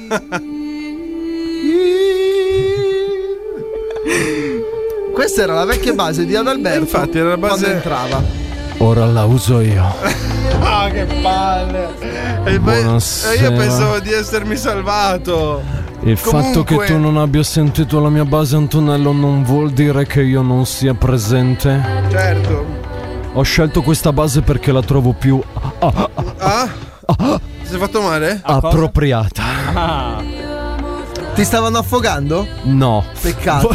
Questa era la vecchia base di Adalberto. Infatti era la base- quando entrava. Ora la uso io. di. Ah, che palle! E poi- Buonasera. e io pensavo di essermi salvato. Il Comunque- fatto che tu non abbia sentito la mia base, Antonello, non vuol dire che io non sia presente. Certo. Ho scelto questa base perché la trovo più ah, Ah? Ti sei fatto male? appropriata. Ti stavano affogando? No. Peccato.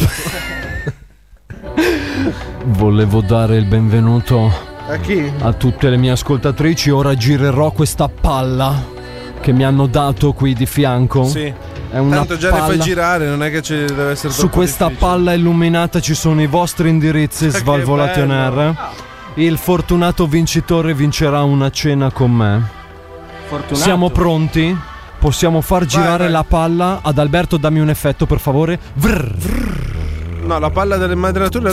Volevo dare il benvenuto A chi? a tutte le mie ascoltatrici. Ora girerò questa palla che mi hanno dato qui di fianco. Sì. È una Tanto già palla. le fai girare, non è che ci deve essere Su troppo questa difficile. palla illuminata ci sono i vostri indirizzi Che Svalvolati on bello. Air. Il fortunato vincitore vincerà una cena con me. Fortunato. Siamo pronti? Possiamo far girare vai. la palla. Ad Alberto, dammi un effetto per favore. Vrr. No, la palla delle madrenature.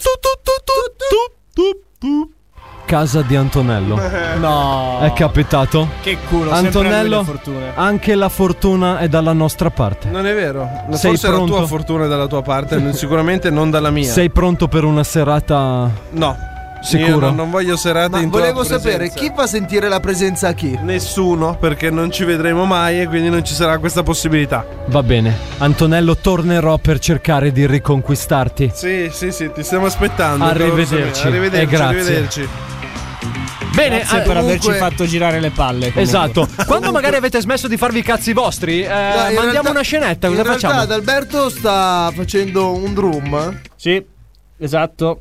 Casa di Antonello. No. È capitato? Che culo, sempre Antonello, lui le fortune. anche la fortuna è dalla nostra parte. Non è vero. Sei Forse pronto? la tua fortuna è dalla tua parte, sicuramente non dalla mia. Sei pronto per una serata? No. Sicuro? Io non, non voglio serate Ma in tua volevo sapere presenza. chi fa sentire la presenza a chi? Nessuno, perché non ci vedremo mai e quindi non ci sarà questa possibilità. Va bene. Antonello, tornerò per cercare di riconquistarti. Sì, sì, sì, ti stiamo aspettando. Arrivederci. Arrivederci. E grazie. Arrivederci. Bene, Grazie eh, per comunque- averci fatto girare le palle. comunque. esatto. Quando magari avete smesso di farvi i cazzi vostri, eh, No, in mandiamo realtà- una scenetta. Cosa in realtà facciamo? Adalberto sta facendo un drum Sì, esatto.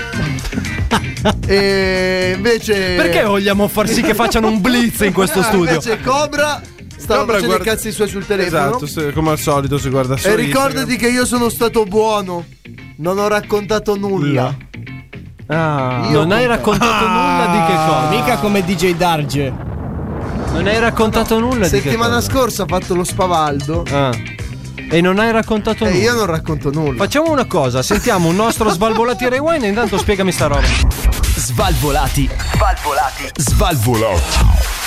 e invece Perché vogliamo far sì che facciano un blitz in questo Ah, studio? Invece Cobra stava Cobra facendo guarda- i cazzi suoi sul telefono. Esatto, se- come al solito si guarda E solo ricordati che io sono stato buono. Non ho raccontato nulla. Ah, Io non hai con te. raccontato nulla di che cosa? Mica come D J Darge. Non hai raccontato nulla di che Settimana cosa? scorsa ha fatto lo spavaldo. Ah. E non hai raccontato E nulla. io non racconto nulla. Facciamo una cosa, sentiamo un nostro Svalvolati Rewind e intanto spiegami sta roba. Svalvolati. Svalvolati. Svalvolati.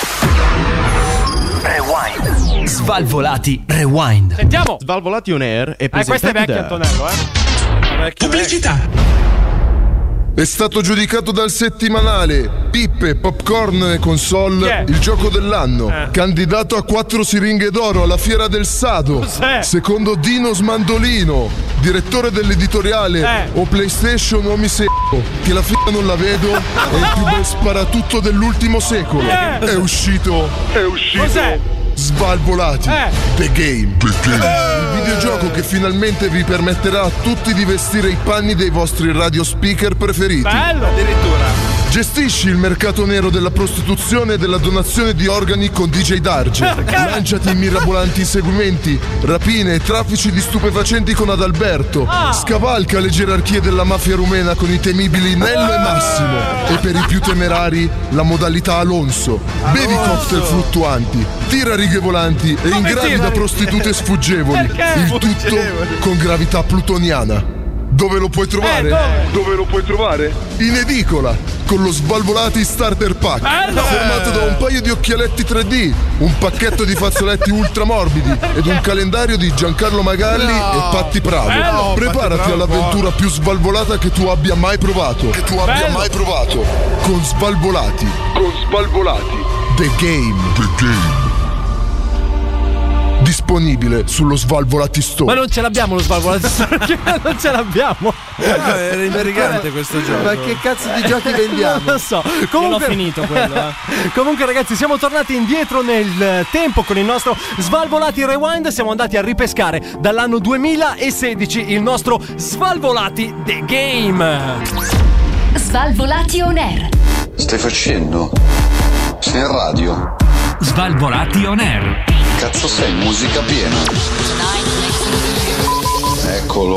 Rewind. Svalvolati Rewind. Sentiamo. Svalvolati on air è Eh, questo è presentato vecchio da Antonello, eh. Pubblicità. È stato giudicato dal settimanale Pippe, Popcorn e Console Chi è? il gioco dell'anno. Eh. Candidato a quattro siringhe d'oro alla Fiera del Sado. Cos'è? Secondo Dino Smandolino, direttore dell'editoriale Eh. O PlayStation o mi se***o, che la figa non la vedo, è il più bel sparatutto dell'ultimo secolo. Eh. È uscito. È uscito. Cos'è? Svalvolati. Eh. The Game. Il videogioco che finalmente vi permetterà a tutti di vestire i panni dei vostri radio speaker preferiti. Bello. Addirittura. Gestisci il mercato nero della prostituzione e della donazione di organi con D J Darge. Lanciati in mirabolanti inseguimenti, rapine e traffici di stupefacenti con Adalberto. Ah. Scavalca le gerarchie della mafia rumena con i temibili Nello e Massimo. E per i più temerari, la modalità Alonso. Bevi cocktail fluttuanti, tira righe volanti e ingravida tira- prostitute sfuggevoli. Perché? Il tutto Sfuggevoli. con gravità plutoniana. Dove lo puoi trovare? Eh, dove? lo puoi trovare? In edicola, con lo Svalvolati Starter Pack. Bello! Formato da un paio di occhialetti tre D, un pacchetto di fazzoletti ultra morbidi ed un calendario di Giancarlo Magalli No! e Patti Bravo. Bello! Preparati Patti Bravo, all'avventura più svalvolata che tu abbia mai provato. Che tu abbia Bello! mai provato. Con Svalvolati. Con Svalvolati. The Game. The Game. Disponibile disponibile sullo Svalvolati Store. Ma non ce l'abbiamo lo Svalvolati Store. Non ce l'abbiamo. No, era intrigante questo gioco. Ma che cazzo di giochi vendiamo? Non lo so. Comunque, Io l'ho finito quello, eh. Comunque ragazzi, siamo tornati indietro nel tempo con il nostro Svalvolati Rewind. Siamo andati a ripescare dall'anno duemilasedici il nostro Svalvolati The Game. Svalvolati on air. Stai facendo? Sei in radio? Svalvolati on air. Cazzo sei, musica piena. Eccolo.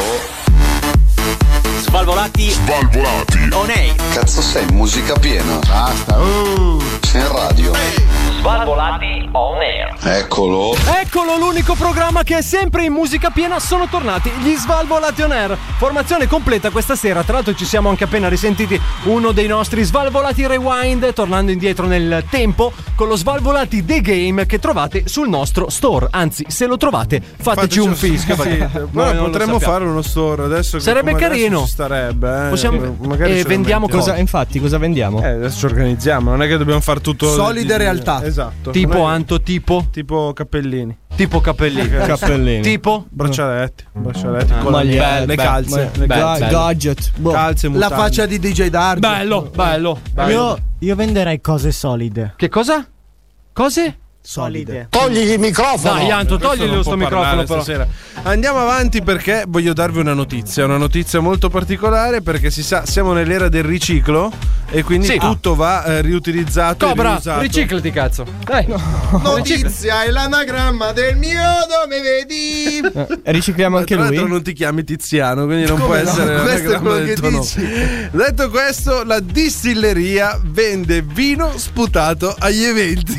Svalvolati. Svalvolati. On air. Cazzo sei, musica piena. Basta. Uh. Sei in radio. Svalvolati on air. Eccolo. Eccolo l'unico programma che è sempre in musica piena. Sono tornati gli Svalvolati on air. Formazione completa questa sera. Tra l'altro ci siamo anche appena risentiti uno dei nostri Svalvolati Rewind, tornando indietro nel tempo con lo Svalvolati The Game che trovate sul nostro store. Anzi, se lo trovate fateci, fateci un fischio. Sì, sì. Noi potremmo fare uno store adesso. Sarebbe carino. Adesso ci starebbe, eh. Possiamo magari e vendiamo cosa, infatti cosa vendiamo? Eh, adesso ci organizziamo, non è che dobbiamo fare tutto solide di, realtà. Esatto. Tipo Anto, tipo tipo cappellini. Tipo cappellini. Cappellini. Tipo braccialetti, braccialetti ah, con maglie, le, le calze, ma, le ga- calze. gadget, boh. Calze, la mutande. faccia di D J Darge. Bello, bello, bello. Io, io venderei cose solide. Che cosa? Cose? Solide. Togli il microfono. Dai, Anto, toglili sto microfono però. Stasera. Andiamo avanti perché voglio darvi una notizia, una notizia molto particolare perché si sa, siamo nell'era del riciclo e quindi sì. tutto va eh, riutilizzato Cobra, e riusato. riciclati cazzo. Dai. Notizia è l'anagramma del mio dove vedi. Eh, ricicliamo anche Tra lui. l'altro non ti chiami Tiziano, quindi non Come può no? essere Questo è quello del che tuo nome. dici. Detto questo, la distilleria vende vino sputato agli eventi.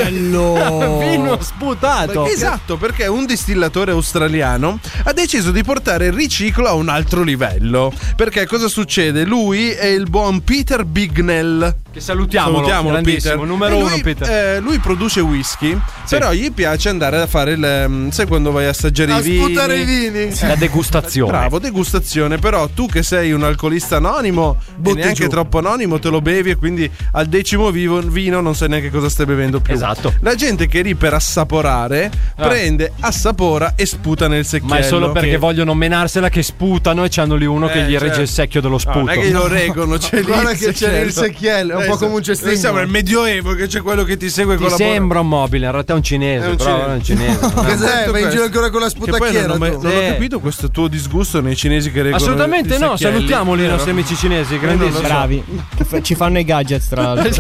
Bello. Vino sputato. Esatto, perché un distillatore australiano ha deciso di portare il riciclo a un altro livello. Perché cosa succede? Lui è il buon Peter Bignell. Che salutiamo, Salutiamolo, Peter. numero E lui, uno Peter. Eh, lui produce whisky, Sì. però gli piace andare a fare il. Sai quando vai a assaggiare A i vini? sputare i vini. La degustazione. Bravo, degustazione. Però tu che sei un alcolista anonimo Butti e neanche giù. troppo anonimo, te lo bevi e quindi al decimo vivo, vino non sai neanche cosa stai bevendo più. Esatto. La gente che è lì per assaporare Ah. prende, assapora e sputa nel secchiello. Ma è solo perché Che- vogliono menarsela che sputano e c'hanno lì uno Eh, che gli regge certo. il secchio dello No, sputo. non è che lo reggono, c'è lì Guarda il che c'è il secchiello, è un po' esatto. come un cestino. Noi siamo nel Medioevo che c'è quello che ti segue Ti con la sembra un mobile, in realtà è un cinese, È un però cinese. è un cinese. non è- Cos'è? Detto Vai in questo, giro ancora con la che poi sputacchiera. non, ho mai- tu? non ho Sì. capito questo tuo disgusto nei cinesi che regolano. Assolutamente i no, secchielli, salutiamoli i vero? nostri amici cinesi, Eh, grandissimi. non lo so. Bravi. Che fa- ci fanno i gadget tra l'altro.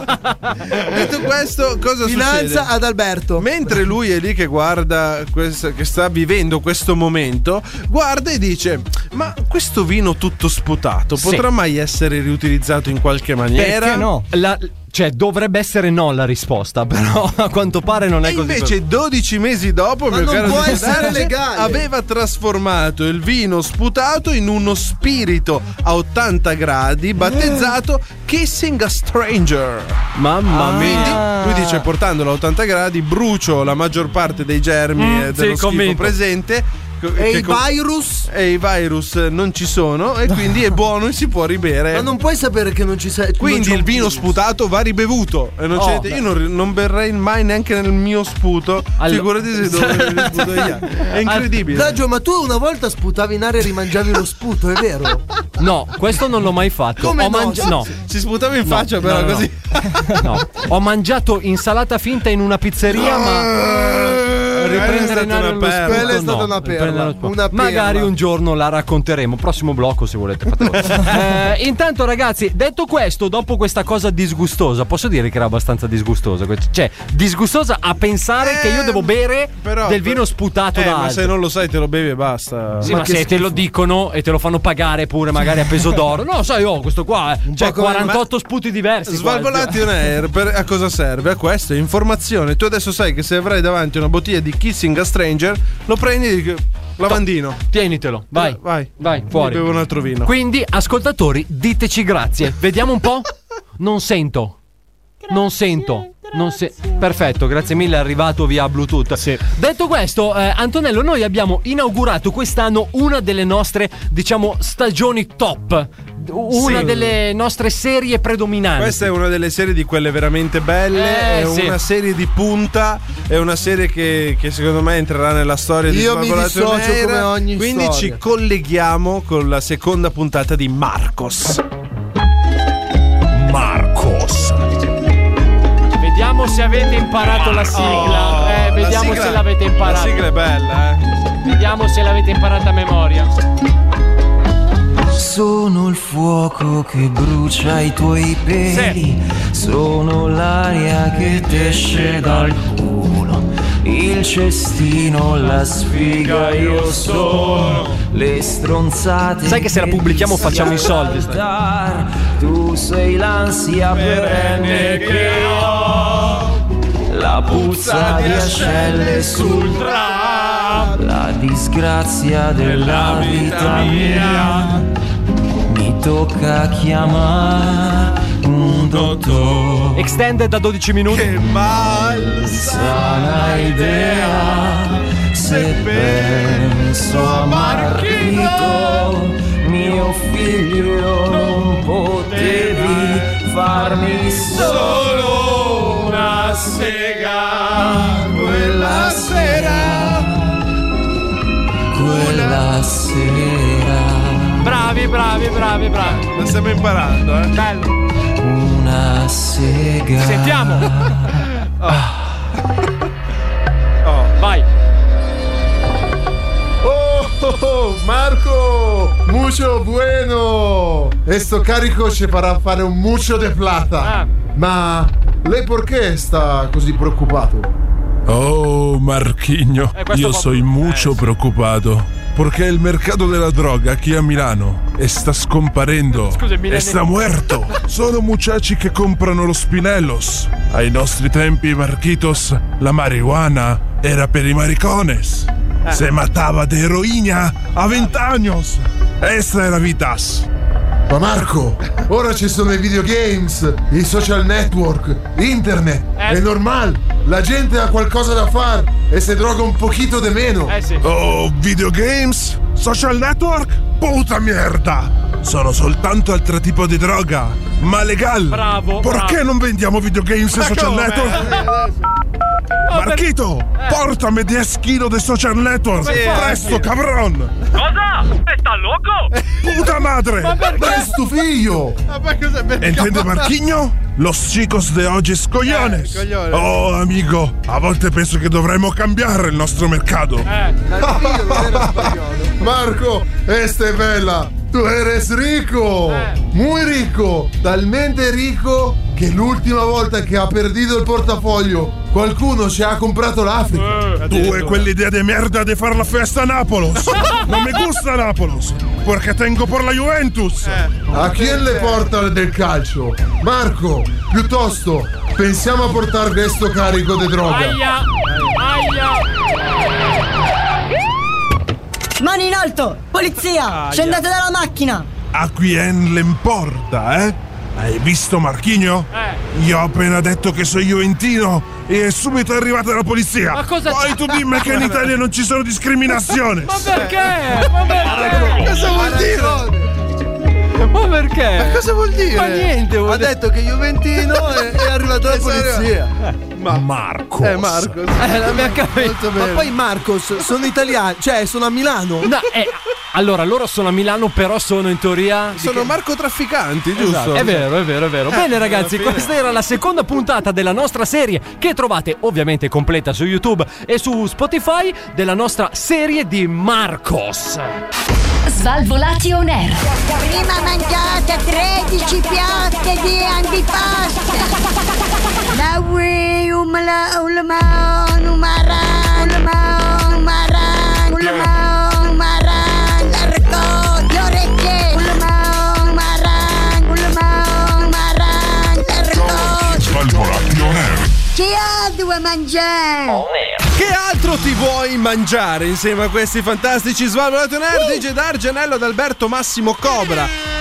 Detto questo, cosa Finanza succede? ad Alberto. Mentre lui è lì che guarda, questa- che sta vivendo questo momento, guarda e dice: ma questo vino tutto sputato Sì. potrà mai essere riutilizzato in qualche maniera? Perché no? La- cioè, dovrebbe essere no la risposta, però a quanto pare non è E così. invece dodici mesi dopo Ma mio non caro può Di essere Darge legale. aveva trasformato il vino sputato in uno spirito a ottanta gradi battezzato Kissing a Stranger. Mamma Ah. Quindi mia. lui dice: portandolo a ottanta gradi brucio la maggior parte dei germi Mm, e sì, dello schifo convinto. presente. E che i com- virus? e i virus non ci sono e quindi è buono e si può ribere. Ma non puoi sapere che non ci sei. Quindi non c'è il un vino virus. sputato va ribevuto e non Oh, c'è- io non, non berrei mai neanche nel mio sputo. Allo- Figurati se dove li sputo io. È incredibile. Daggio, ma tu una volta sputavi in aria e rimangiavi lo sputo, è vero? No, questo non l'ho mai fatto. Come Ho no? mangi- no. Si sputava in No, faccia, no, però no, no. così. No, ho mangiato insalata finta in una pizzeria, ma riprendere in stata aria una lo perla. spunto, Quella è stata no. una perla, Riprendere lo spunto. una perla. Magari un giorno la racconteremo. Prossimo blocco, se volete. fatelo. Eh, intanto, ragazzi, detto questo, dopo questa cosa disgustosa, posso dire che era abbastanza disgustosa. Cioè, disgustosa a pensare Eh, che io devo bere però- del vino sputato Eh, da ma altri. se non lo sai te lo bevi e basta. Sì, ma, che se te lo dicono e te lo fanno pagare pure magari a peso d'oro. No, sai, oh, questo qua eh, c'è come- quarantotto sputi diversi. Svalvolati on air per, a cosa serve? A questo, informazione. Tu adesso sai che se avrai davanti una bottiglia di Kissing a Stranger, lo prendi e dici, lavandino. Tienitelo, vai, vai, vai, fuori. Mi bevo un altro vino. Quindi, ascoltatori, diteci grazie. Vediamo un po'. Non sento. Non sento. Non se- Perfetto, grazie mille, è arrivato via Bluetooth. Sì. Detto questo, eh, Antonello, noi abbiamo inaugurato quest'anno una delle nostre, diciamo, stagioni top una Sì. delle nostre serie predominanti. Questa è una delle serie di quelle veramente belle. Eh, è sì. una serie di punta. È una serie che, che secondo me entrerà nella storia di Io mi Svalvolato dissocio Nera. come ogni Quindi storia. ci colleghiamo con la seconda puntata di Marcos. Marcos. Vediamo se avete imparato la sigla. Oh, eh, vediamo la sigla- se l'avete imparata. La sigla è bella, eh. Vediamo se l'avete imparata a memoria. Sono il fuoco che brucia i tuoi peli, sono l'aria che t'esce dal culo, il cestino, la sfiga, io sono le stronzate. Sai che se la pubblichiamo facciamo i soldi. Stai. Tu sei l'ansia perenne che ho, la puzza di ascelle sul tram, la disgrazia della vita mia. Mi tocca chiamare un dottore. Extended da dodici minuti. Che malsana idea, se penso a Marchito, mio figlio, non potevi farmi solo una sega quella sera, quella sera. Bravi, bravi, bravi, bravi. La stiamo imparando, eh. Bello. Una sega. Sentiamo. Oh. Vai. Oh, oh, oh, Marco, mucho bueno. Esto carico ci farà fare un mucho de plata. Ah. Ma lei perché sta così preoccupato? Oh, Marquinho, Eh, questo io fa- soy mucho eh, sì. preoccupato. Porque el mercado de la droga aquí a Milano está scomparendo. Scusa, Milano- Está muerto. Sono muchachi che comprano los Spinellos. Ai nostri tempi, Marquitos, la marihuana era per i maricones. Eh. Se mataba de heroína a veinte años. Esta era vitas. Ma Marco, ora ci sono i videogames, i social network, internet. Eh. È normale, la gente ha qualcosa da fare e si droga un pochino di meno. Eh sì. Oh, videogames? Social network? Puta mierda! Sono soltanto altro tipo di droga, ma legal. Bravo, Perché bravo. non vendiamo videogames e Ma social come? network? Marchito, portami dieci kg di social network. Sì, Presto, sì. cabron. Cosa? Sta loco? Puta madre. Ma perché? Ma è sto figlio! Ma poi cosa per ¿Entiende, Marquinho? Los chicos de oggi es cogliones. Eh, cogliones. Oh, amigo, a volte penso che dovremmo cambiare il nostro mercato. Eh. Marco, esta è bella! Tu eres rico! Eh. Muy rico! Talmente rico che l'ultima volta che ha perdido il portafoglio qualcuno ci ha comprato l'Africa. Tu e quell'idea di merda di fare la festa a Nápoles. Non mi gusta Nápoles, perché tengo por la Juventus. A chi le porta del calcio? Marco, piuttosto pensiamo a portare questo carico di droga. Aia. Aia. Mani in alto! Polizia! Scendete dalla macchina! A quien le importa, eh? Hai visto Marchigno? Eh. Io ho appena detto che sono juventino e è subito arrivata la polizia. Ma cosa Poi c'è? tu dimmi che in Italia non ci sono discriminazioni. Ma perché? Ma perché? Cosa vuol dire? Ma perché? Ma cosa vuol dire? Ma niente, Ha vuol dire- detto che Juventino è, è arrivata la polizia. Ma Marcos. Eh, Marcos. Eh, non mi ha capito. Molto Ma bene. poi Marcos sono italiani, cioè sono a Milano. No, eh, allora loro sono a Milano, però sono in teoria. di Sono che- narcotrafficanti, giusto? Esatto, è vero, è vero, è vero. Eh, Bene ragazzi, alla fine- questa era la seconda puntata della nostra serie che trovate ovviamente completa su YouTube e su Spotify della nostra serie di Marcos. Svalvolati on air. Prima mangiate tredici piatte di antipasto. La ui umla ulma umaran ulma umaran ulma umaran l'arco le orecchie ulma umaran ulma umaran l'arco. Svalvolati on air. Chi ha due mangiare? Che altro ti vuoi mangiare insieme a questi fantastici Svalvolati on air? D J Darge, Anello, Adalberto, Massimo Cobra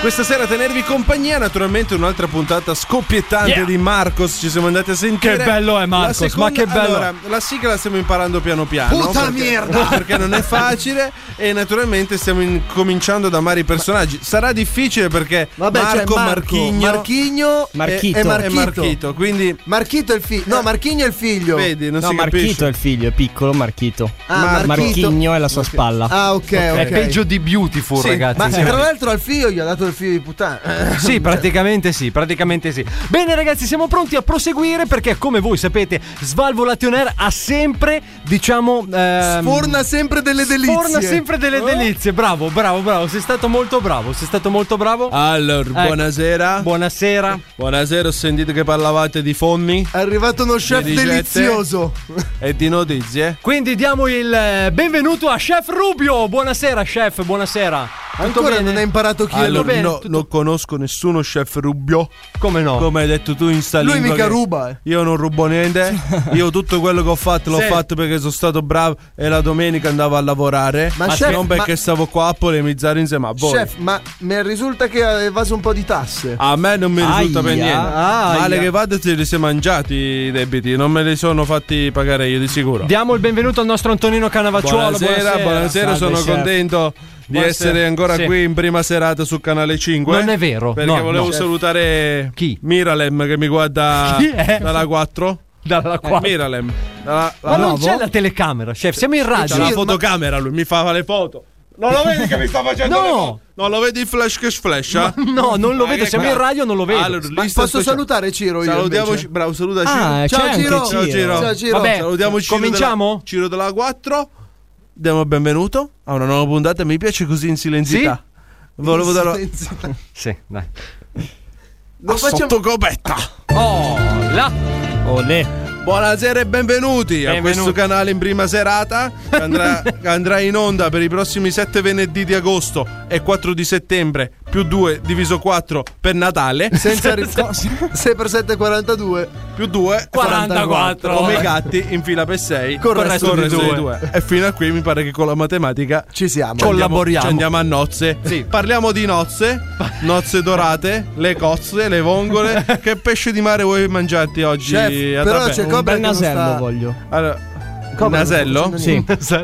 questa sera a tenervi compagnia. Naturalmente un'altra puntata scoppiettante Yeah. di Marcos. Ci siamo andati a sentire. Che bello è Marcos, La seconda- ma che bello. Allora, la sigla la stiamo imparando piano piano. Puta perché, merda! Perché non è facile. E naturalmente stiamo in- cominciando ad amare i personaggi. Sarà difficile perché Vabbè, Marco, c'è Marco, Marchigno, Marchigno Marchito. e, e e Marchito. Marchito. Quindi Marchito è il figlio. No, Marchigno è il figlio. vedi, non No, si Marchito capisce. è il figlio, è piccolo Marchito. Ah, Mar- Marchito. Marchigno è la sua spalla. Ah, ok, ok. È peggio di Beautiful, Sì, ragazzi. Ma sì. tra l'altro al figlio gli ha dato il figlio di puttana. Sì, praticamente sì, praticamente sì. Bene ragazzi, siamo pronti a proseguire perché come voi sapete Svalvolation Air ha sempre, diciamo ehm, Sforna sempre delle delizie. Sforna sempre delle Oh. delizie. Bravo, bravo, bravo, sei stato molto bravo, sei stato molto bravo. Allora, Ecco. buonasera. Buonasera. Buonasera, ho sentito che parlavate di fonni È arrivato uno chef Di ricette. delizioso. e di notizie. Quindi diamo il eh, benvenuto a Chef Rubio. Buonasera chef, buonasera. Tutto Ancora bene? non hai imparato chi è Allora, lui. bene, no, tutto- non conosco nessuno chef Rubio. Come no? Come hai detto tu in sta Lui lingua mica che ruba, eh. Io non rubo niente. Io tutto quello che ho fatto l'ho Sì. fatto perché sono stato bravo e la domenica andavo a lavorare. Ma Ma chef, non perché ma- stavo qua a polemizzare insieme a voi. Chef, ma mi risulta che ha evaso un po' di tasse. A me non mi risulta per Aia. niente. Aia. Male che vada se li sei mangiati i debiti. Non me li sono fatti pagare io di sicuro. Diamo il benvenuto al nostro Antonino Canavacciuolo. Buonasera, buonasera, Salve, sono chef. contento di Buonasera. essere ancora Sì. qui in prima serata su Canale cinque. Non è vero. Perché No, volevo no. salutare Chi? Miralem che mi guarda Chi è? dalla quattro. Dalla Eh, qua. Miralem. Dalla- Ma la- non nuovo? c'è la telecamera, chef, siamo in C'ha radio. la fotocamera, lui mi fa le foto. Non lo vedi che mi sta facendo No. le foto? Non lo vedi il flash che sflasha? No, non lo Ma vedo, che siamo qua- in radio, non lo vedo. Allora, Ma lista posso speciale. salutare Ciro io? Salutiamoci, invece? bravo, saluta Ciro. Ah, c'è Ciao, anche Ciro. Ciro. Ciao Ciro. Ciao, Ciro. Vabbè, Salutiamo Ciro cominciamo? della, Ciro della quattro. Diamo il benvenuto a una nuova puntata. Mi piace così in silenzità. Volevo darlo Sì, dai. Non a facciamo... sotto copetta. Oh, là. Olè. Buonasera e benvenuti, a Benvenuti. questo canale in prima serata che andrà, che andrà in onda per i prossimi sette venerdì di agosto e quattro di settembre più due diviso quattro per Natale Senza ri- sei per sette quarantadue. più due quarantaquattro. come i gatti in fila per sei Col resto col di resto due. di due. E fino a qui mi pare che con la matematica Ci siamo. ci andiamo- Collaboriamo. ci andiamo a nozze. Sì. Parliamo di nozze, nozze dorate, le cozze, le vongole. Che pesce di mare vuoi mangiarti oggi? Chef, a però tappeto? c'è Un Cobra bel che non nasello sta- voglio. Allora, Cobra non sta nasello? facendo Sì.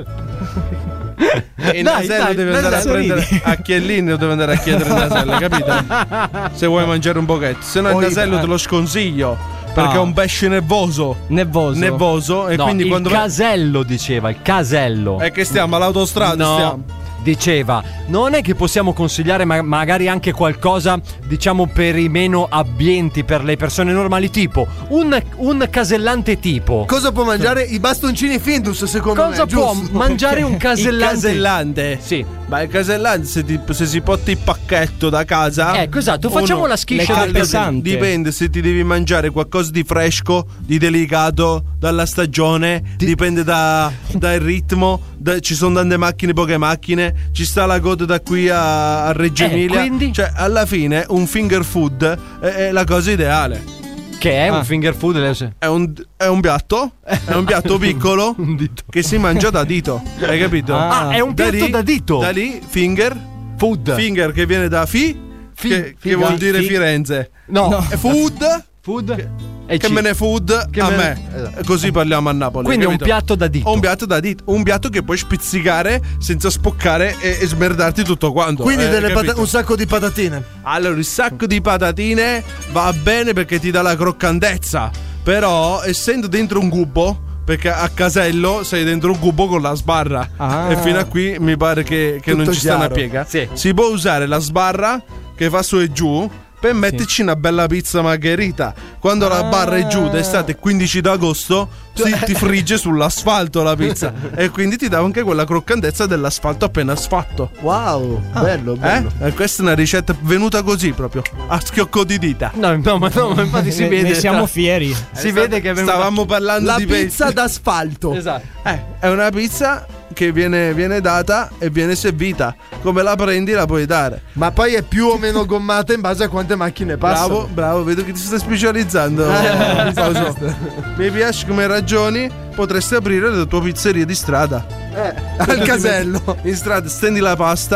E il Dai, nasello dai, deve dai, andare dai, a prendere a Chiellini, deve andare a chiedere il nasello, capito? Se vuoi mangiare un pochetto, se no il Poi- nasello te lo sconsiglio perché Ah. è un pesce nervoso. Nevoso. Nervoso e No, quindi il quando casello diceva, il casello. è che stiamo all'autostrada, No, stiamo. diceva, non è che possiamo consigliare ma- magari anche qualcosa, diciamo, per i meno abbienti, per le persone normali, tipo un, un casellante tipo. Cosa può mangiare? I bastoncini Findus, secondo Cosa me. può giusto? mangiare un casellante? Il casellante. Sì. Ma il casellante se, ti- se si porta il pacchetto da casa. Ecco, esatto, o facciamo no? la schiscia Le del cappe casellante. sante. Dipende se ti devi mangiare qualcosa di fresco, di delicato, dalla stagione, dipende da, dal ritmo. da- ci sono tante macchine, poche macchine. Ci sta la coda da qui a, a Reggio Eh, Emilia. quindi? Cioè, alla fine, un finger food è, è la cosa ideale. Che è Ah. un finger food. le- È un, è un piatto, è un piatto piccolo che si mangia da dito. Hai capito? Ah, è un piatto lì- da dito. Da lì, finger. Food. Finger che viene da fi, Fi- che, che figa. vuol dire Fi- Firenze. No. E food. Food. E Che ci- me ne food Che a me- me. esatto. Così parliamo a Napoli. Quindi è un capito? piatto da dito. Ho un piatto da dito. Un piatto che puoi spizzicare senza spoccare e, e smerdarti tutto quanto. Quindi eh, delle capito? pata- un sacco di patatine. Allora, il sacco di patatine va bene perché ti dà la croccantezza. Però, essendo dentro un cubo, perché a casello sei dentro un cubo con la sbarra. Ah. E fino a qui mi pare che, che Tutto non ci sta una chiaro. piega. Sì. Si può usare la sbarra che fa su e giù per metterci una bella pizza margherita. Quando la barra è giù d'estate quindici d'agosto si, ti frigge sull'asfalto la pizza e quindi ti dà anche quella croccantezza dell'asfalto appena sfatto. Wow, bello, bello. Eh? E questa è una ricetta venuta così proprio a schiocco di dita. No, no, ma no, ma infatti si Ne- vede. ne siamo sta- fieri. Si vede che è venuta- Stavamo parlando La di pizza pesce. d'asfalto. Esatto. Eh, è una pizza che viene, viene data e viene servita. Come la prendi la puoi dare. Ma poi è più o meno gommata in base a quante macchine passano. Bravo, bravo, vedo che ti stai specializzando. Eh, Fausto. Mi piace come ragioni. Potresti aprire la tua pizzeria di strada. Eh, al casello. In strada stendi la pasta,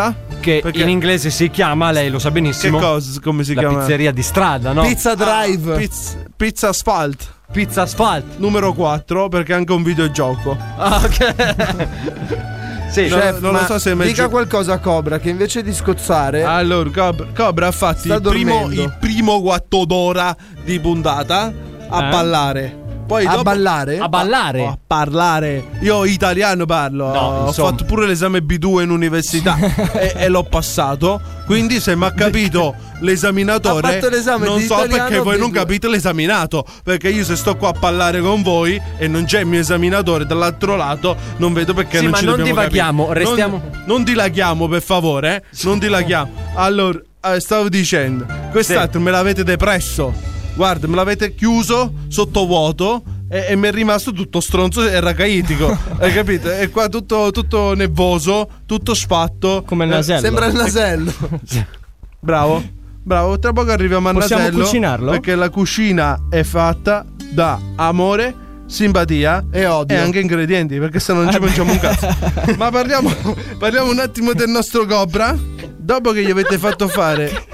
Che Perché- in inglese si chiama, lei lo sa benissimo. Che cosa? Come si la chiama? pizzeria di strada, no? Pizza Drive. Ah, pizza, pizza Asphalt. Pizza Asphalt. Numero quattro, perché è anche un videogioco. Ah, ok. Sì, non, Chef, non lo ma so se è dica meglio. qualcosa a Cobra che invece di scozzare Allora, Cobra, Cobra ha fatto sta il primo, dormendo. il primo quarto d'ora di puntata a Eh? ballare. Poi a dopo, ballare? A ballare. a parlare. Io italiano parlo. No, Ho insomma. fatto pure l'esame B due in università e, e l'ho passato. Quindi se mi ha capito l'esaminatore, Ha fatto l'esame non di so italiano perché voi non B due. capite l'esaminato. Perché io se sto qua a parlare con voi e non c'è il mio esaminatore dall'altro lato, non vedo perché Sì, non ma ci non dobbiamo divaghiamo, capire. restiamo- Non, non dilaghiamo, per favore. Eh? Non dilaghiamo. Allora, eh, stavo dicendo, quest'altro me l'avete depresso. Guarda, me l'avete chiuso sottovuoto e, e mi è rimasto tutto stronzo e racaitico. Hai capito? E qua tutto, tutto nevoso, tutto sfatto. Come il nasello. Sembra il nasello. Bravo, bravo. Tra poco arriviamo al Possiamo nasello. cucinarlo? Perché la cucina è fatta da amore, simpatia E odio. e anche ingredienti, perché se no non ci mangiamo un cazzo. Ma parliamo, parliamo un attimo del nostro Cobra. Dopo che gli avete fatto fare,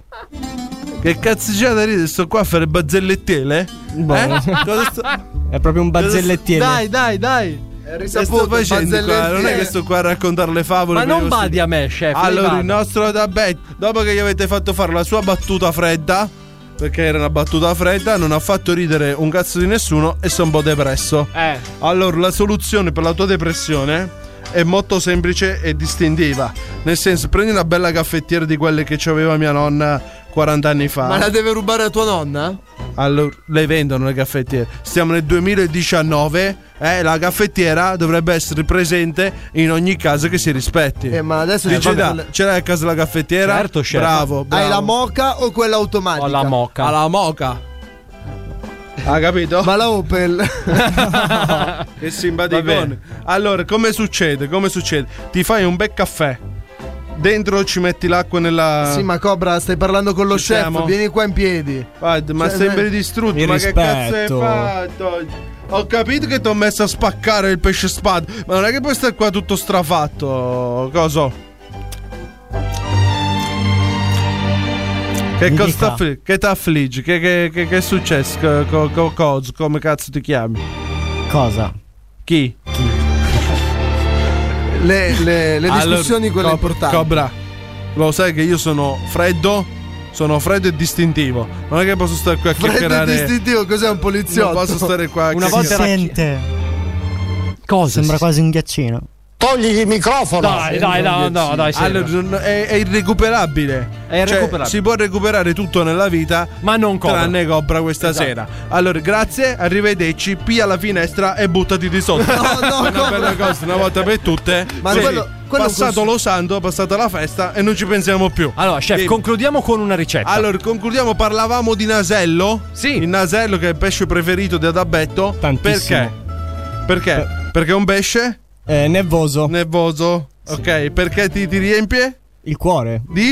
che cazzo c'è da ridere? Sto qua a fare bazzellettele? Boh. Eh? Cosa sto... È proprio un bazzellettiere. Dai, dai, dai. È Che sto risaputo, facendo qua? Non è che sto qua a raccontare le favole. Ma per i non vostri- badi a me, chef. Allora, lei il vada. nostro Dabet, dopo che gli avete fatto fare la sua battuta fredda, perché era una battuta fredda, non ha fatto ridere un cazzo di nessuno e sono un po' depresso. Eh. Allora, la soluzione per la tua depressione è molto semplice e distintiva. Nel senso, prendi una bella caffettiera di quelle che aveva mia nonna quaranta anni fa. Ma la deve rubare a tua nonna? Allora, le vendono le caffettiere. Stiamo nel duemiladiciannove. Eh, la caffettiera dovrebbe essere presente in ogni casa che si rispetti. Eh, ma adesso Dice, ci da, fanno le- ce l'hai a casa la caffettiera? Certo, chef. Bravo, bravo. Hai la moca o quella automatica? Ho la moca. Alla moca. Ha capito? Ma la Opel. Che simpaticone. Allora, come succede? Come succede? Ti fai un bel caffè. Dentro ci metti l'acqua nella. Sì, ma Cobra, stai parlando con lo Ci chef. siamo? Vieni qua in piedi. Guarda, ma Cioè, sembri eh, distrutto. il Ma che cazzo hai rispetto. fatto? Ho capito che ti ho messo a spaccare il pesce spada, ma non è che puoi stare qua tutto strafatto. Coso? Che Mi cosa dica. t'affli- che t'affliggi? Che, che, che, che è successo? Co, co, co- coso? Come cazzo ti chiami? Cosa? Chi? Le, le, le discussioni, Allora, quelle Cob- importanti. Cobra, lo sai che io sono freddo? Sono freddo e distintivo. Non è che posso stare qui a Freddo e chiacchierare. distintivo, cos'è un poliziotto? Non posso stare qua a Una Si volta era chi- sente. Cosa? Sembra si- quasi un ghiaccino. Togli il microfono. Dai, dai, no, no, dai, Allora, non- è, è irrecuperabile. È Cioè, irrecuperabile. si può recuperare tutto nella vita, Ma non Cobra. tranne Cobra questa Esatto. sera. Allora, grazie, arrivederci, pia la finestra e buttati di sotto. No, no, È una Cobra. bella cosa, una volta per tutte. Ma Sì, quello- quello passato cons- lo santo, passata la festa e non ci pensiamo più. Allora, chef, Sì. concludiamo con una ricetta. Allora, concludiamo, parlavamo di nasello. Sì. Il nasello che è il pesce preferito di Adabetto. Tantissimo. Perché? Perché? Perché è un pesce Eh, nevoso. nevoso. Ok, perché ti, ti riempie? Il cuore. Di?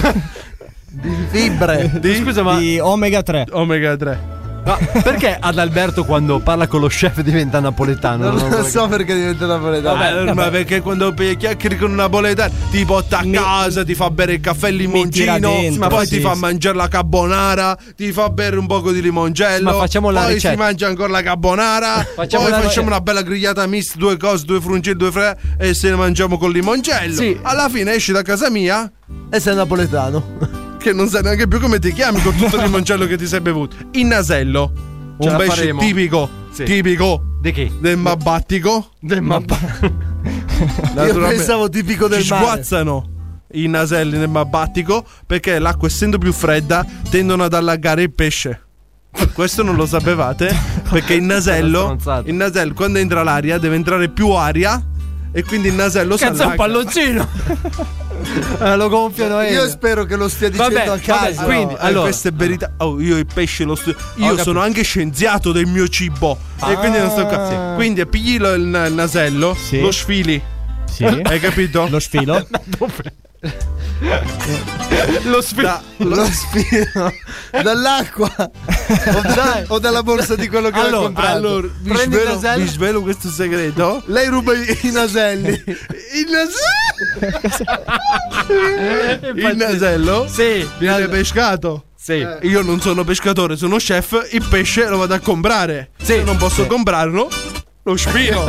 Fibre. Di? Scusa, ma, Di omega tre. Omega tre. ma perché Adalberto quando parla con lo chef diventa napoletano? Non Non lo lo so perché diventa napoletano. Vabbè, allora, ma perché quando pe- chiacchieri con un napoletano ti porta a Mi- casa, ti fa bere il caffè e il Mi tira limoncino, dentro, ma poi sì, ti fa sì. mangiare la carbonara, ti fa bere un poco di limoncello, Ma facciamo la poi ricetta. si mangia ancora la carbonara, Facciamo poi la facciamo ricetta. una bella grigliata mista, due cose, due frungini, due fre e se ne mangiamo con limoncello. Sì. Alla fine esci da casa mia E sei napoletano. che non sai neanche più come ti chiami con tutto il limoncello che ti sei bevuto. Il nasello, Ce un la pesce faremo. tipico, Sì. tipico Di chi? del Mabbattico. Del mappa. Io pensavo tipico del ci mare. sguazzano i naselli nel Mabbattico perché l'acqua essendo più fredda tendono ad allagare il pesce. Questo non lo sapevate perché il nasello, stronzata. il nasello quando entra l'aria deve entrare più aria e quindi il nasello si Cazzo, è un allaga. palloncino. Eh, lo gonfiano Io io. spero che lo stia dicendo Vabbè, a caso. vabbè, quindi, No, eh, allora- questa è verità. Oh, io il pesce lo studio. Ho Io capito. sono anche scienziato del mio cibo. E quindi non sto qua. Sì. Quindi pigli lo- il, il nasello, Sì. lo sfili. Sì. Hai capito? Lo sfilo. Lo spino. Da, lo spino. Dall'acqua. O, da, o dalla borsa di quello che allora, l'ha comprato. Allora, vi Prendi il svelo, nasello. vi svelo questo segreto. Lei ruba i, i naselli. Il nasello. Il nasello sì, viene pescato. Sì. Io non sono pescatore, sono chef. Il pesce lo vado a comprare. Sì. Se non posso Sì. comprarlo, lo spino.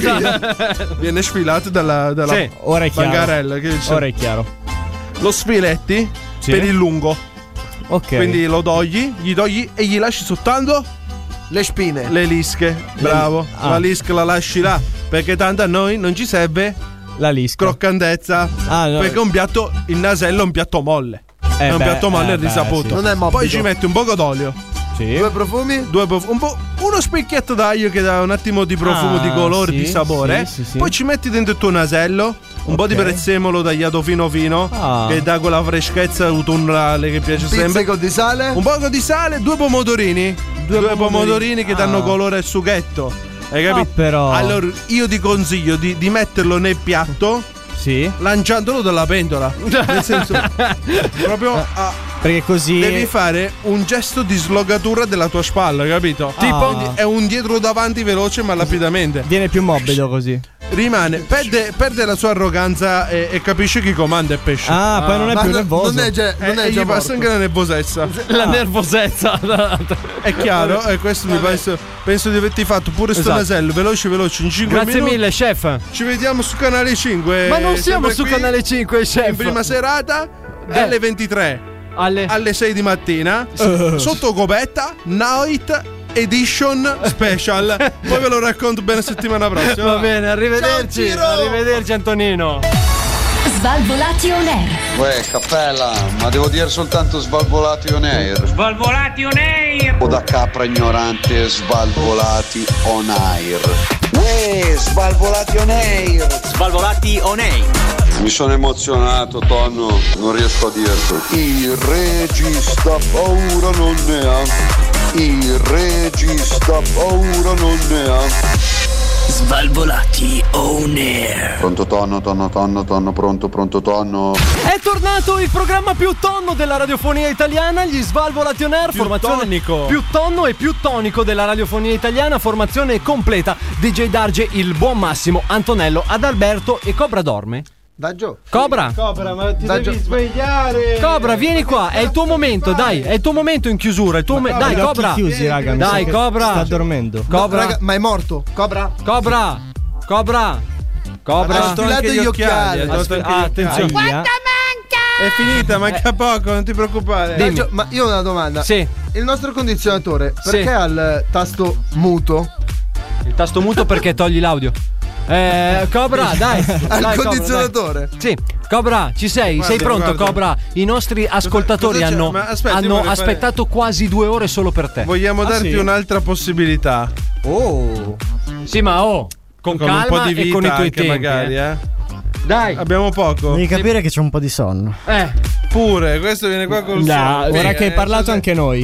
Viene sfilato dalla, dalla Sì. Ora è chiaro. bancarella. Che dice? Ora è chiaro. Lo sfiletti Sì. per il lungo. Ok. Quindi lo togli, gli togli e gli lasci soltanto le spine. Le lische. Bravo. Ah. La lisca la lasci là. Perché tanto a noi non ci serve la lisca. croccantezza. Ah, no. Perché un piatto, il nasello è un piatto molle. Eh è un beh, piatto molle eh e risaputo. beh, sì. Non è morbido. Poi ci metti un poco d'olio. Sì. Due profumi? Due prof- un po', uno spicchietto d'aglio che dà un attimo di profumo, Ah, di colore, sì, di sapore. sì, sì, sì. Poi ci metti dentro il tuo nasello. Un po' di Ok. prezzemolo tagliato fino fino. Ah. Che dà quella freschezza autunnale che piace sempre. Pizzico di sale. Un poco di sale, due pomodorini. Due, pomodorini. pomodorini che Ah. danno colore al sughetto. Hai capito? Ah, però. Allora io ti consiglio di, di metterlo nel piatto. Sì. Lanciandolo dalla pentola. Nel senso, proprio a, Perché così. devi fare un gesto di slogatura della tua spalla, capito? Tipo? Quindi è un dietro davanti veloce ma rapidamente. Viene più morbido così. Rimane, perde, perde la sua arroganza e, e capisce che comanda il pesce. Ah, poi non è Ma più no- nervoso. non è già, non e è gli già passa morto. anche la nervosezza. La nervosezza. È chiaro? E questo mi penso, penso di averti fatto pure sto Esatto. nasello veloce veloce in cinque Grazie minuti. mille, chef. Ci vediamo su canale cinque. Ma non siamo sempre su qui, canale cinque, chef. in prima serata dalle Eh. ventitré Alle. alle sei di mattina Uh. sotto copetta Night Edition Special. Poi ve lo racconto bene settimana prossima. Va bene, arrivederci. Ciao, Ciro. Arrivederci, Antonino. Svalvolati on air. Uè, cappella, ma devo dire soltanto svalvolati on air. Svalvolati on air. O da capra ignorante, svalvolati on air. Uè, svalvolati on air. Svalvolati on air. Mi sono emozionato, Tonno, non riesco a dirlo. Il regista paura non ne ha. Il regista paura non ne ha. Svalvolati on air. Pronto Tonno, Tonno, Tonno, Tonno, pronto, pronto Tonno. È tornato il programma più tonno della radiofonia italiana, gli Svalvolati on air, Più formazione tonico. più tonno e più tonico della radiofonia italiana, formazione completa, D J Darge, il buon Massimo, Antonello, Adalberto e Cobra dorme. Da Gio. Cobra, Cobra, ma ti Da devi gio- svegliare. Cobra, vieni qua, è il tuo momento, dai, è il tuo momento in chiusura, il tuo me- dai, Gli occhi Cobra. chiusi, raga. mi Dai, sa che Cobra. Sta dormendo. Cobra, Raga, ma è morto. Cobra. Cobra, Cobra, Cobra. Ha sfilato gli occhiali. ha tolto anche Ah, gli occhiali. attenzione. Aia. È finita, manca poco, non ti preoccupare. Da Gio- ma io ho una domanda. Sì, Il nostro condizionatore, Sì. perché ha il tasto muto? il tasto muto perché togli l'audio. Eh, Cobra, dai. Ha dai, il Cobra, condizionatore? dai. Sì, Cobra, ci sei? Guarda, sei pronto, guarda. Cobra? I nostri ascoltatori cosa c'è? hanno, Ma aspetta, io hanno vorrei fare- aspettato quasi due ore solo per te. Vogliamo Ah, darti sì? un'altra possibilità. Oh. Sì, ma oh, con, Con calma un po' di e vita con i tuoi anche tempi. magari, eh. eh. Dai. Abbiamo poco. Devi capire che c'è un po' di sonno. Eh. Pure, questo viene qua col No, sonno. ora Sì, che hai eh, parlato sì, anche noi.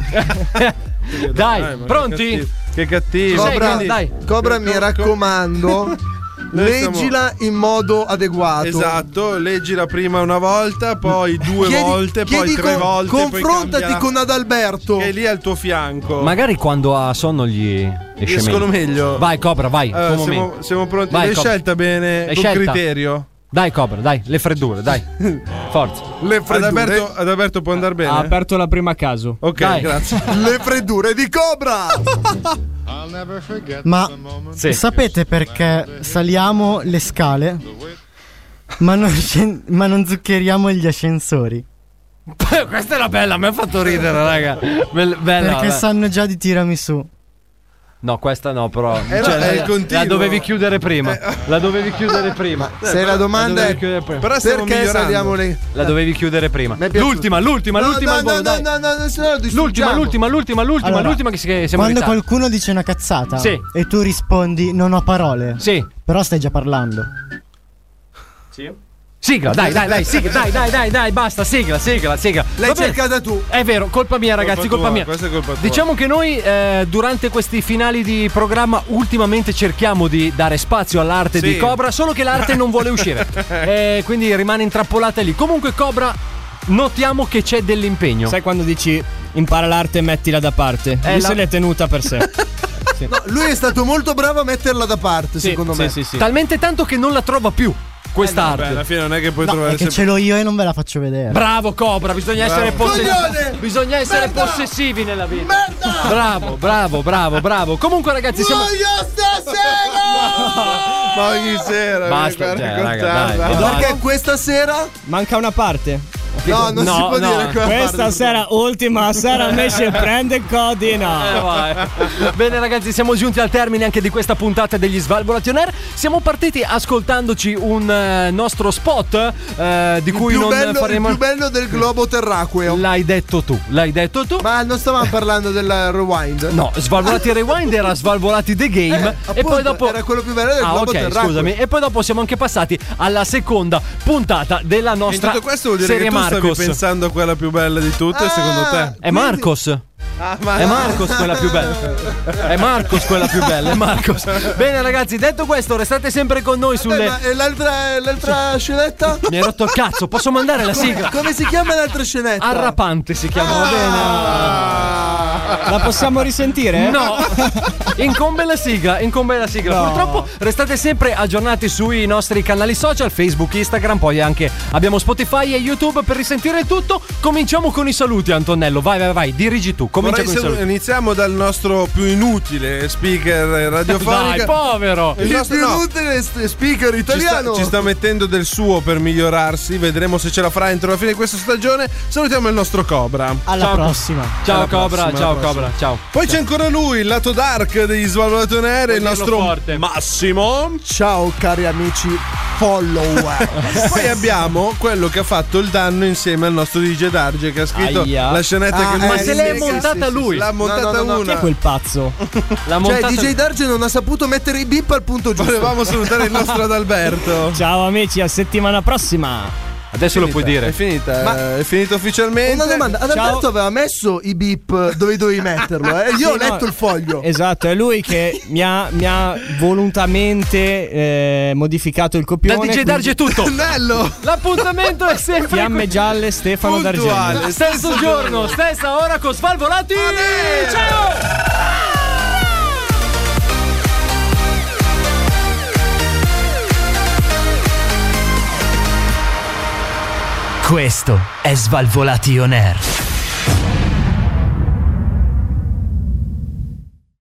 Dai, ma che pronti? cattivo. Che cattivo. Ci sei? Cobra, Dai. Cobra, mi Co- co- raccomando, Noi stiamo- leggila in modo adeguato. Esatto, leggila prima una volta, poi due Chiedi- volte, poi chiedi tre con- volte. poi Confrontati cambia- con Adalberto. Che è lì al tuo fianco. Magari quando ha sonno gli esce Riescono meglio. Vai, Cobra, vai. Allora, tuo siamo, momento. siamo pronti. Vai, L'hai Cobra. scelta bene L'hai con scelta? criterio. Dai, Cobra, dai, le freddure, dai. Forza. Le freddure, Adalberto, Adalberto può andare bene? Ha aperto la prima a caso. Ok, Dai. grazie. le freddure di Cobra. Ma Sì. sapete perché saliamo le scale, ma non, scen- ma non zuccheriamo gli ascensori? Questa era bella, mi ha fatto ridere, raga. Bella, bella, Perché bella. sanno già di tiramisù. No, questa no, però. Eh, no, Cioè, è il la, continuo. la dovevi chiudere prima. Eh. La dovevi chiudere prima. Se la domanda dovevi è chiudere prima. Però stiamo perché migliorando. saliamo le... La dovevi chiudere prima. Mi è piaciuto. L'ultima, l'ultima, No, l'ultima no, al volo, no, dai. no, no, no, se no lo L'ultima, distruggiamo. l'ultima, l'ultima, l'ultima, Allora, l'ultima che, si- che siamo Quando in ritardo. qualcuno dice una cazzata Sì. e tu rispondi non ho parole, Sì. però stai già parlando. Sì. Sigla, dai, dai, dai, sigla, dai, dai, dai, dai, basta, sigla, sigla, sigla. L'hai cercata tu. È vero, colpa mia, ragazzi, colpa, tua, mia. Questa è colpa tua. Diciamo che noi eh, durante questi finali di programma ultimamente cerchiamo di dare spazio all'arte Sì. di Cobra, solo che l'arte non vuole uscire. Eh, quindi rimane intrappolata lì. Comunque Cobra, notiamo che c'è dell'impegno. Sai quando dici impara l'arte e mettila da parte? Eh, Lui la- se l'è tenuta per sé. Sì. No, lui è stato molto bravo a metterla da parte, Sì, secondo sì, me. sì, sì. Talmente tanto che non la trova più questa Beh, arte. alla fine non è che puoi No, trovare è che sempre- ce l'ho io e non ve la faccio vedere. Bravo Cobra, bisogna Bravo. essere possessivi. Coglione! Bisogna essere Merda! possessivi nella vita. Merda! Bravo, bravo, bravo, bravo. Comunque ragazzi, siamo Voglio stasera! Ma ogni sera Basta, mi cioè, raccontarla. raga, dai. E perché questa sera? Manca una parte. No, non No, si può no. dire quella Questa parte. sera, ultima sera, invece prende codina. Eh, vai. Bene ragazzi, siamo giunti al termine anche di questa puntata degli Svalvolati On Air. Siamo partiti ascoltandoci un eh, nostro spot eh, di Il cui più, non bello, faremo. il più bello del globo terracqueo. L'hai detto tu, l'hai detto tu. Ma non stavamo parlando del rewind? No, Svalvolati Rewind era Svalvolati The Game. Eh, e appunto, poi dopo. era quello più bello del Ah, globo ok, terracqueo. scusami. E poi dopo siamo anche passati alla seconda puntata della In nostra tutto questo vuol dire serie che tu Marcos. stavi pensando a quella più bella di tutte, Ah, secondo te? È Marcos. Ah, ma È Marcos quella più bella. È Marcos quella più bella. È Marcos. Bene, ragazzi, detto questo, restate sempre con noi Eh, sulle. ma e l'altra, l'altra scenetta? Mi hai rotto il cazzo, posso mandare la sigla? Come si chiama l'altra scenetta? Arrapante si chiama, va bene. La possiamo risentire? No, incombe la sigla, incombe la sigla. No. Purtroppo restate sempre aggiornati sui nostri canali social, Facebook, Instagram, poi anche abbiamo Spotify e YouTube per risentire tutto. Cominciamo con i saluti, Antonello. Vai, vai, vai, dirigi tu. Comincia Vorrei con i salu- saluti. iniziamo dal nostro più inutile speaker radiofonico. Dai, povero. Il Il nostro più no, inutile st- speaker ci sta, italiano. ci sta mettendo del suo per migliorarsi. Vedremo se ce la farà entro la fine di questa stagione. Salutiamo il nostro Cobra. Alla Ciao. prossima. Ciao Alla Cobra, prossima, ciao alla prossima. Cobra, ciao. Poi c'è ancora lui, il lato dark degli Svalvolati On Air, il dirlo nostro forte. Massimo. Ciao cari amici follower. Poi abbiamo quello che ha fatto il danno insieme al nostro D J Darge, che ha scritto Aia. la scenetta Ah, che eh, Ma lui se l'è sì, montata sì, sì, lui. l'ha montata No, no, no, no. Chi è una. quel pazzo? L'ha Cioè montata D J Darge non ha saputo mettere i beep al punto giusto. Volevamo salutare il nostro Adalberto. Ciao amici, a settimana prossima. Adesso lo puoi È dire. finita, Ma- è finito ufficialmente. Una domanda, Adalberto aveva messo i beep dove dovevi metterlo, eh? Io Sì, ho no, letto il foglio. Esatto, è lui che mi ha, mi ha volutamente eh, modificato il Da copione. D J Darge è tutto. Nello. L'appuntamento è sempre Fiamme gialle, Stefano Puntuale. D'Argenio. stesso giorno, stessa ora con Svalvolati. Ciao! Questo è Svalvolati On Air.